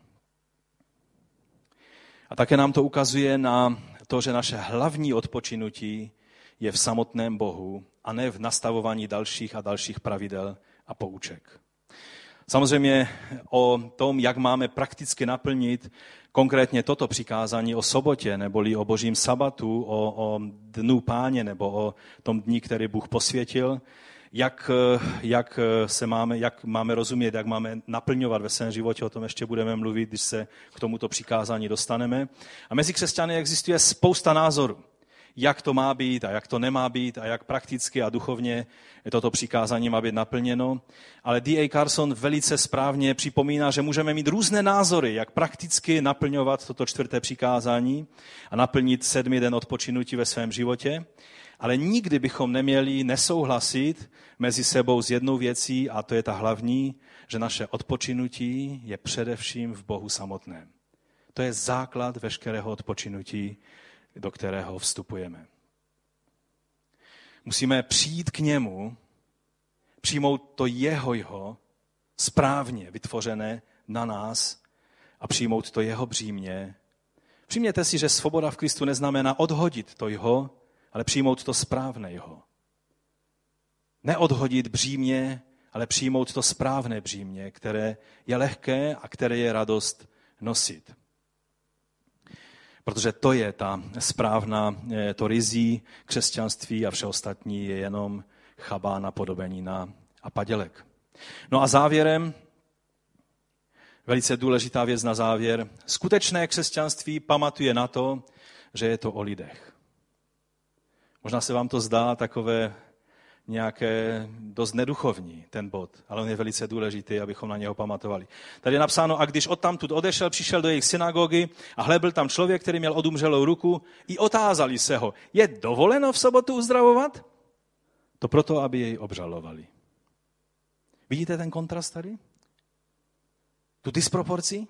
A také nám to ukazuje na to, že naše hlavní odpočinutí je v samotném Bohu a ne v nastavování dalších a dalších pravidel a pouček. Samozřejmě o tom, jak máme prakticky naplnit konkrétně toto přikázání o sobotě, neboli o božím sabatu, o, o dnu Páně nebo o tom dní, který Bůh posvětil, jak, jak, se máme, jak máme rozumět, jak máme naplňovat ve svém životě, o tom ještě budeme mluvit, když se k tomuto přikázání dostaneme. A mezi křesťany existuje spousta názorů, jak to má být a jak to nemá být a jak prakticky a duchovně toto přikázání má být naplněno. Ale D A Carson velice správně připomíná, že můžeme mít různé názory, jak prakticky naplňovat toto čtvrté přikázání a naplnit sedmý den odpočinutí ve svém životě. Ale nikdy bychom neměli nesouhlasit mezi sebou s jednou věcí, a to je ta hlavní, že naše odpočinutí je především v Bohu samotném. To je základ veškerého odpočinutí, do kterého vstupujeme. Musíme přijít k němu, přijmout to jeho, jeho správně vytvořené na nás a přijmout to jeho břímě. Přijměte si, že svoboda v Kristu neznamená odhodit to jeho, ale přijmout to správné jeho. Neodhodit břímě, ale přijmout to správné břímě, které je lehké a které je radost nosit. Protože to je ta správná, to rizí křesťanství a vše ostatní je jenom chabá napodobenina a padělek. No a závěrem, velice důležitá věc na závěr, skutečné křesťanství pamatuje na to, že je to o lidech. Možná se vám to zdá takové nějaké dost neduchovní, ten bod, ale on je velice důležitý, abychom na něho pamatovali. Tady je napsáno, a když odtamtud odešel, přišel do jejich synagogy a hle, byl tam člověk, který měl odumřelou ruku, i otázali se ho, je dovoleno v sobotu uzdravovat? To proto, aby jej obžalovali. Vidíte ten kontrast tady? Tu disproporci?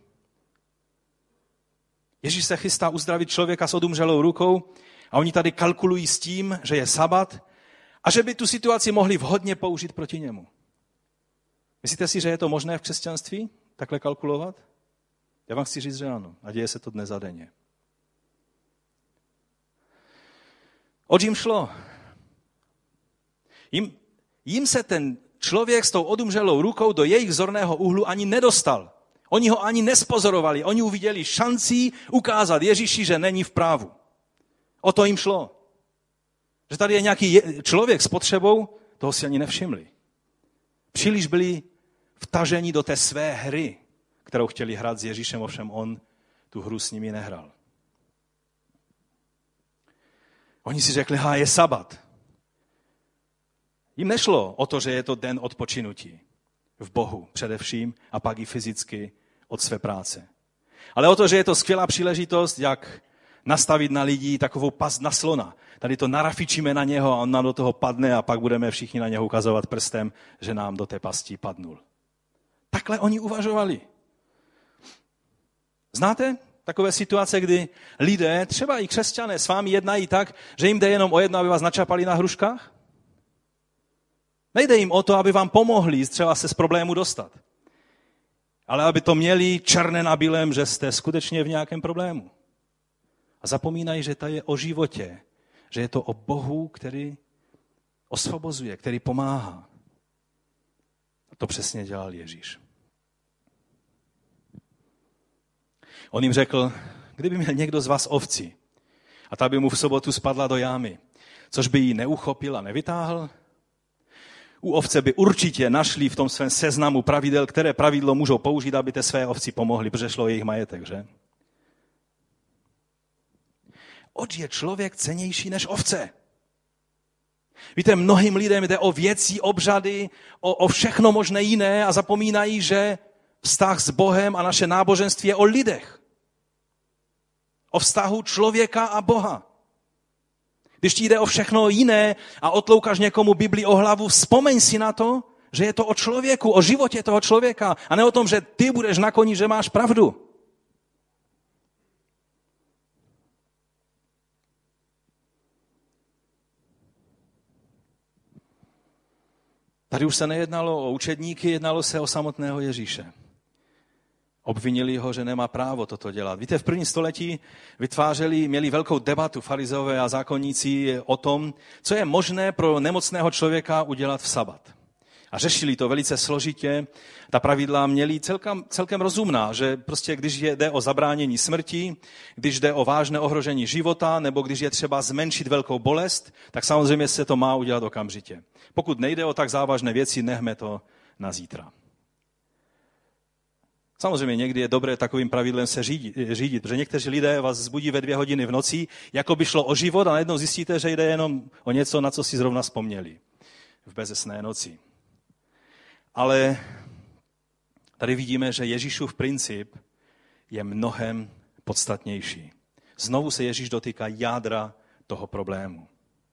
Ježíš se chystá uzdravit člověka s odumřelou rukou a oni tady kalkulují s tím, že je sabat, a že by tu situaci mohli vhodně použít proti němu. Myslíte si, že je to možné v křesťanství takhle kalkulovat? Já vám chci říct, že ano. A děje se to dnes a denně. Oč jim šlo? Jim, jim se ten člověk s tou odumřelou rukou do jejich zorného úhlu ani nedostal. Oni ho ani nespozorovali. Oni uviděli šancí ukázat Ježíši, že není v právu. O to jim šlo. Že tady je nějaký člověk s potřebou, toho si ani nevšimli. Příliš byli vtaženi do té své hry, kterou chtěli hrát s Ježíšem, ovšem on tu hru s nimi nehrál. Oni si řekli, ha, je sabat. Jim nešlo o to, že je to den odpočinutí v Bohu především a pak i fyzicky od své práce. Ale o to, že je to skvělá příležitost, jak nastavit na lidi takovou past na slona. Tady to narafičíme na něho a on nám do toho padne a pak budeme všichni na něho ukazovat prstem, že nám do té pasti padnul. Takhle oni uvažovali. Znáte takové situace, kdy lidé, třeba i křesťané, s vámi jednají tak, že jim jde jenom o jedno, aby vás načapali na hruškách? Nejde jim o to, aby vám pomohli třeba se z problému dostat. Ale aby to měli černé na bílém, že jste skutečně v nějakém problému. A zapomínají, že to je o životě, že je to o Bohu, který osvobozuje, který pomáhá. A to přesně dělal Ježíš. On jim řekl, kdyby měl někdo z vás ovci a ta by mu v sobotu spadla do jámy, což by ji neuchopil a nevytáhl, u ovce by určitě našli v tom svém seznamu pravidel, které pravidlo můžou použít, aby té své ovci pomohli, protože šlo jejich majetek, že? Oč je člověk cennější než ovce? Víte, mnohým lidem jde o věci, obřady, o, o všechno možné jiné a zapomínají, že vztah s Bohem a naše náboženství je o lidech. O vztahu člověka a Boha. Když ti jde o všechno jiné a otloukáš někomu Bibli o hlavu, vzpomeň si na to, že je to o člověku, o životě toho člověka a ne o tom, že ty budeš na koni, že máš pravdu. Tady už se nejednalo o učedníky, jednalo se o samotného Ježíše. Obvinili ho, že nemá právo toto dělat. Víte, v prvním století vytvářeli, měli velkou debatu farizeové a zákonníci o tom, co je možné pro nemocného člověka udělat v sabat. A řešili to velice složitě. Ta pravidla měli celkem, celkem rozumná, že prostě když jde o zabránění smrti, když jde o vážné ohrožení života, nebo když je třeba zmenšit velkou bolest, tak samozřejmě se to má udělat okamžitě. Pokud nejde o tak závažné věci, nechme to na zítra. Samozřejmě někdy je dobré takovým pravidlem se řídit, řídit, protože někteří lidé vás zbudí ve dvě hodiny v noci, jako by šlo o život a najednou zjistíte, že jde jenom o něco, na co si zrovna vzpomněli v bezesné noci. Ale tady vidíme, že Ježíšův princip je mnohem podstatnější. Znovu se Ježíš dotýká jádra toho problému.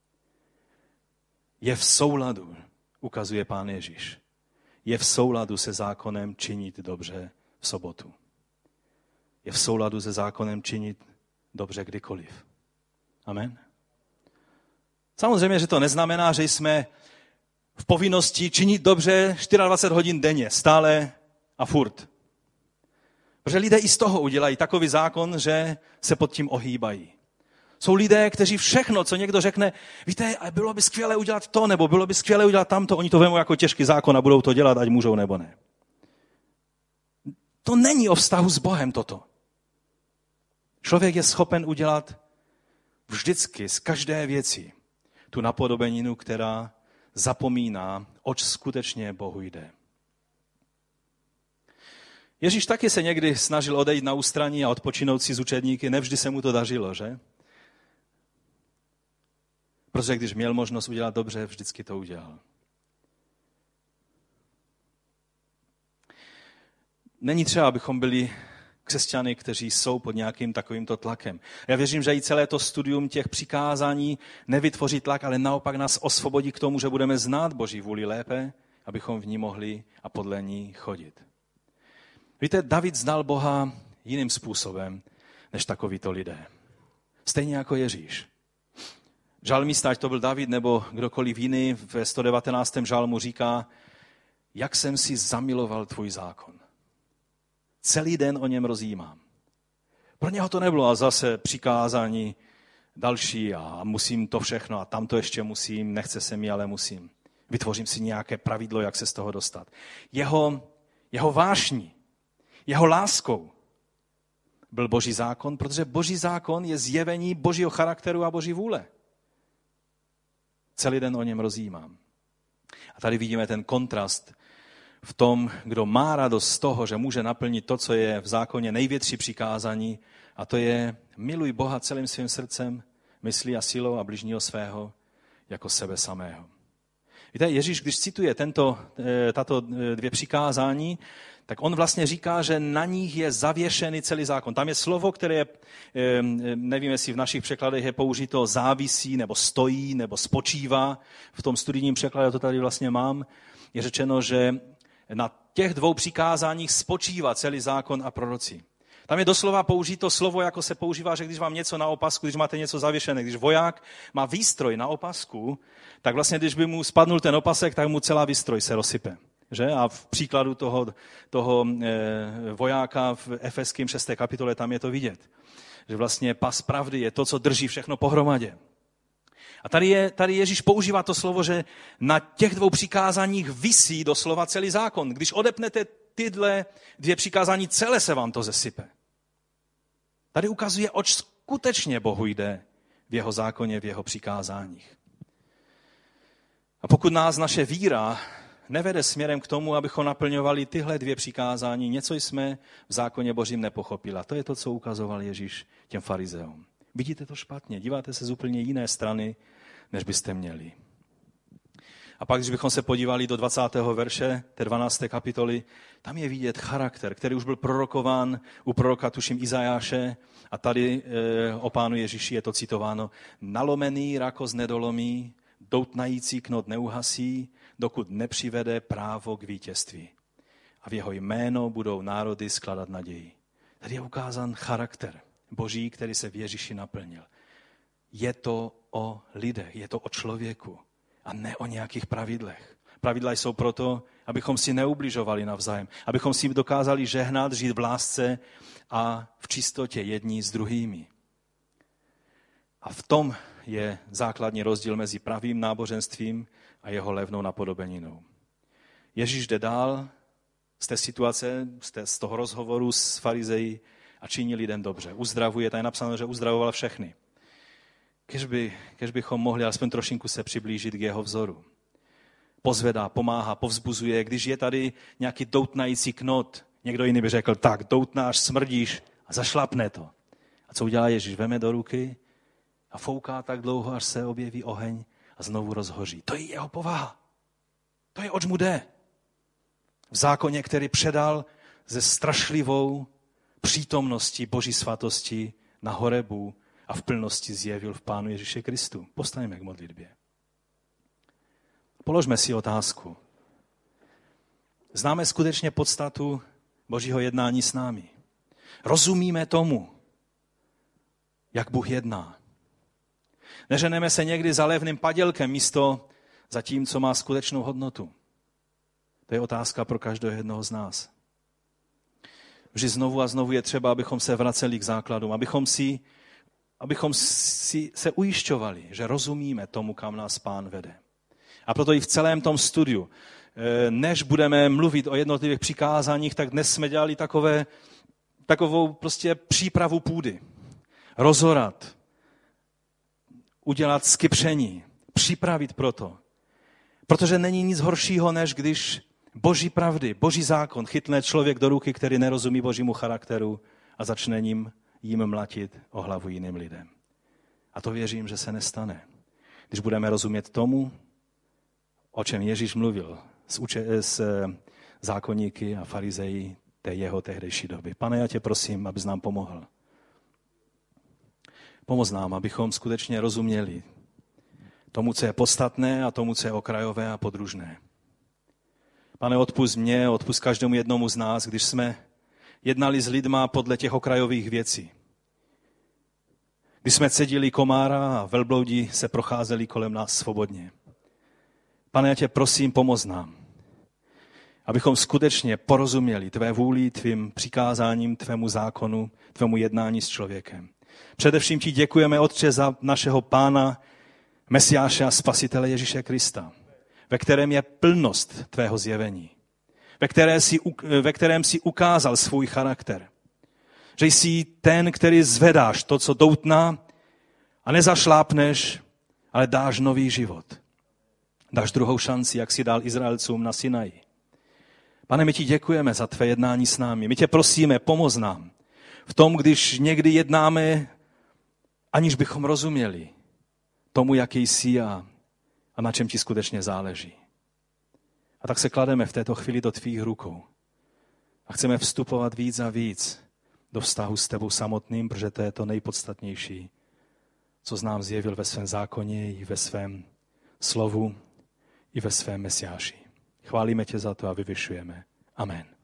Je v souladu, ukazuje Pán Ježíš, je v souladu se zákonem činit dobře v sobotu. Je v souladu se zákonem činit dobře kdykoliv. Amen. Samozřejmě, že to neznamená, že jsme v povinnosti činit dobře dvacet čtyři hodin denně, stále a furt. Protože lidé i z toho udělají takový zákon, že se pod tím ohýbají. Jsou lidé, kteří všechno, co někdo řekne, víte, bylo by skvělé udělat to, nebo bylo by skvělé udělat tamto, oni to vemou jako těžký zákon a budou to dělat, ať můžou nebo ne. To není o vztahu s Bohem toto. Člověk je schopen udělat vždycky z každé věci tu napodobeninu, která zapomíná, oč skutečně Bohu jde. Ježíš taky se někdy snažil odejít na ústraní a odpočinout si z učedníky, nevždy se mu to dařilo, že? Protože když měl možnost udělat dobře, vždycky to udělal. Není třeba, abychom byli křesťany, kteří jsou pod nějakým takovýmto tlakem. Já věřím, že i celé to studium těch přikázání nevytvoří tlak, ale naopak nás osvobodí k tomu, že budeme znát Boží vůli lépe, abychom v ní mohli a podle ní chodit. Víte, David znal Boha jiným způsobem, než takovýto lidé. Stejně jako Ježíš. Žalmista, ať to byl David nebo kdokoliv jiný, ve sto devatenáctém žalmu říká, jak jsem si zamiloval tvůj zákon. Celý den o něm rozjímám. Pro něho to nebylo a zase přikázání další a musím to všechno a tam to ještě musím, nechce se mi, ale musím. Vytvořím si nějaké pravidlo, jak se z toho dostat. Jeho, jeho vášní, jeho láskou byl Boží zákon, protože Boží zákon je zjevení Božího charakteru a Boží vůle. Celý den o něm rozjímám. A tady vidíme ten kontrast v tom, kdo má radost z toho, že může naplnit to, co je v zákoně největší přikázání, a to je miluj Boha celým svým srdcem, myslí a silou a bližního svého jako sebe samého. Víte, Ježíš, když cituje tento, tato dvě přikázání, tak on vlastně říká, že na nich je zavěšený celý zákon. Tam je slovo, které je, nevím, jestli v našich překladech je použito závisí, nebo stojí, nebo spočívá. V tom studijním překladu to tady vlastně mám. Je řečeno, že na těch dvou přikázáních spočívá celý zákon a proroci. Tam je doslova použito slovo, jako se používá, že když vám něco na opasku, když máte něco zavěšené, když voják má výstroj na opasku, tak vlastně, když by mu spadnul ten opasek, tak mu celá výstroj se rozsype. Že? A v příkladu toho, toho e, vojáka v Efeským šesté kapitole tam je to vidět. Že vlastně pas pravdy je to, co drží všechno pohromadě. A tady, je, tady Ježíš používá to slovo, že na těch dvou přikázáních visí doslova celý zákon. Když odepnete tyhle dvě přikázání, celé se vám to zesype. Tady ukazuje, oč skutečně Bohu jde v jeho zákoně, v jeho přikázáních. A pokud nás naše víra nevede směrem k tomu, abychom naplňovali tyhle dvě přikázání, něco jsme v zákoně Božím nepochopili. A to je to, co ukazoval Ježíš těm farizeům. Vidíte to špatně, díváte se z úplně jiné strany, než byste měli. A pak, když bychom se podívali do dvacátého verše té dvanácté kapitoly, tam je vidět charakter, který už byl prorokován u proroka, tuším, Izajáše, a tady e, o Pánu Ježíši je to citováno. Nalomený rakos nedolomí, doutnající knot neuhasí, dokud nepřivede právo k vítězství. A v jeho jméno budou národy skladat naději. Tady je ukázán charakter Boží, který se v Ježíši naplnil. Je to o lidech, je to o člověku a ne o nějakých pravidlech. Pravidla jsou proto, abychom si neubližovali navzájem, abychom si dokázali žehnat, žít v lásce a v čistotě jedni s druhými. A v tom je základní rozdíl mezi pravým náboženstvím a jeho levnou napodobeninou. Ježíš jde dál z té situace, z toho rozhovoru s farizeji a činí lidem dobře. Uzdravuje, tady je napsáno, že uzdravoval všechny. Kež, by, kež bychom mohli alespoň trošinku se přiblížit k jeho vzoru. Pozvedá, pomáhá, povzbuzuje. Když je tady nějaký doutnající knot, někdo jiný by řekl, tak doutnáš, smrdíš a zašlapne to. A co udělá Ježíš? Veme do ruky a fouká tak dlouho, až se objeví oheň a znovu rozhoří. To je jeho povaha. To je, oč mu jde. V zákoně, který předal ze strašlivou přítomností Boží svatosti na Horebu a v plnosti zjevil v Pánu Ježíše Kristu. Postaňme k modlitbě. Položme si otázku. Známe skutečně podstatu Božího jednání s námi. Rozumíme tomu, jak Bůh jedná. Neženeme se někdy za levným padělkem místo za tím, co má skutečnou hodnotu. To je otázka pro každého jednoho z nás. Vždy znovu a znovu je třeba, abychom se vraceli k základům, abychom si, abychom si se ujišťovali, že rozumíme tomu, kam nás Pán vede. A proto i v celém tom studiu, než budeme mluvit o jednotlivých přikázáních, tak dnes jsme dělali takové, takovou prostě přípravu půdy. Rozorat, udělat skypření, připravit proto. Protože není nic horšího, než když Boží pravdy, Boží zákon chytne člověk do ruky, který nerozumí Božímu charakteru a začne jim, jim mlatit o hlavu jiným lidem. A to věřím, že se nestane. Když budeme rozumět tomu, o čem Ježíš mluvil s, uče- s zákonníky a farizeji té jeho tehdejší doby. Pane, já tě prosím, abys nám pomohl. Pomoz nám, abychom skutečně rozuměli tomu, co je podstatné a tomu, co je okrajové a podružné. Pane, odpusť mě, odpusť každému jednomu z nás, když jsme jednali s lidma podle těch okrajových věcí. Když jsme cedili komára a velbloudi se procházeli kolem nás svobodně. Pane, já tě prosím, pomoz nám, abychom skutečně porozuměli tvé vůli, tvým přikázáním, tvému zákonu, tvému jednání s člověkem. Především ti děkujeme, Otče, za našeho Pána, Mesiáše a Spasitele Ježíše Krista, ve kterém je plnost tvého zjevení, ve, které jsi, ve kterém jsi ukázal svůj charakter. Že jsi ten, který zvedáš to, co doutná a nezašlápneš, ale dáš nový život. Dáš druhou šanci, jak si dal Izraelcům na Sinaji. Pane, my ti děkujeme za tvé jednání s námi. My tě prosíme, pomoz nám v tom, když někdy jednáme, aniž bychom rozuměli tomu, jaký jsi a, a na čem ti skutečně záleží. A tak se klademe v této chvíli do tvých rukou. A chceme vstupovat víc a víc do vztahu s tebou samotným, protože to je to nejpodstatnější, co z nám zjevil ve svém zákoně i ve svém slovu, i ve svém Mesiáši. Chválíme tě za to a vyvyšujeme. Amen.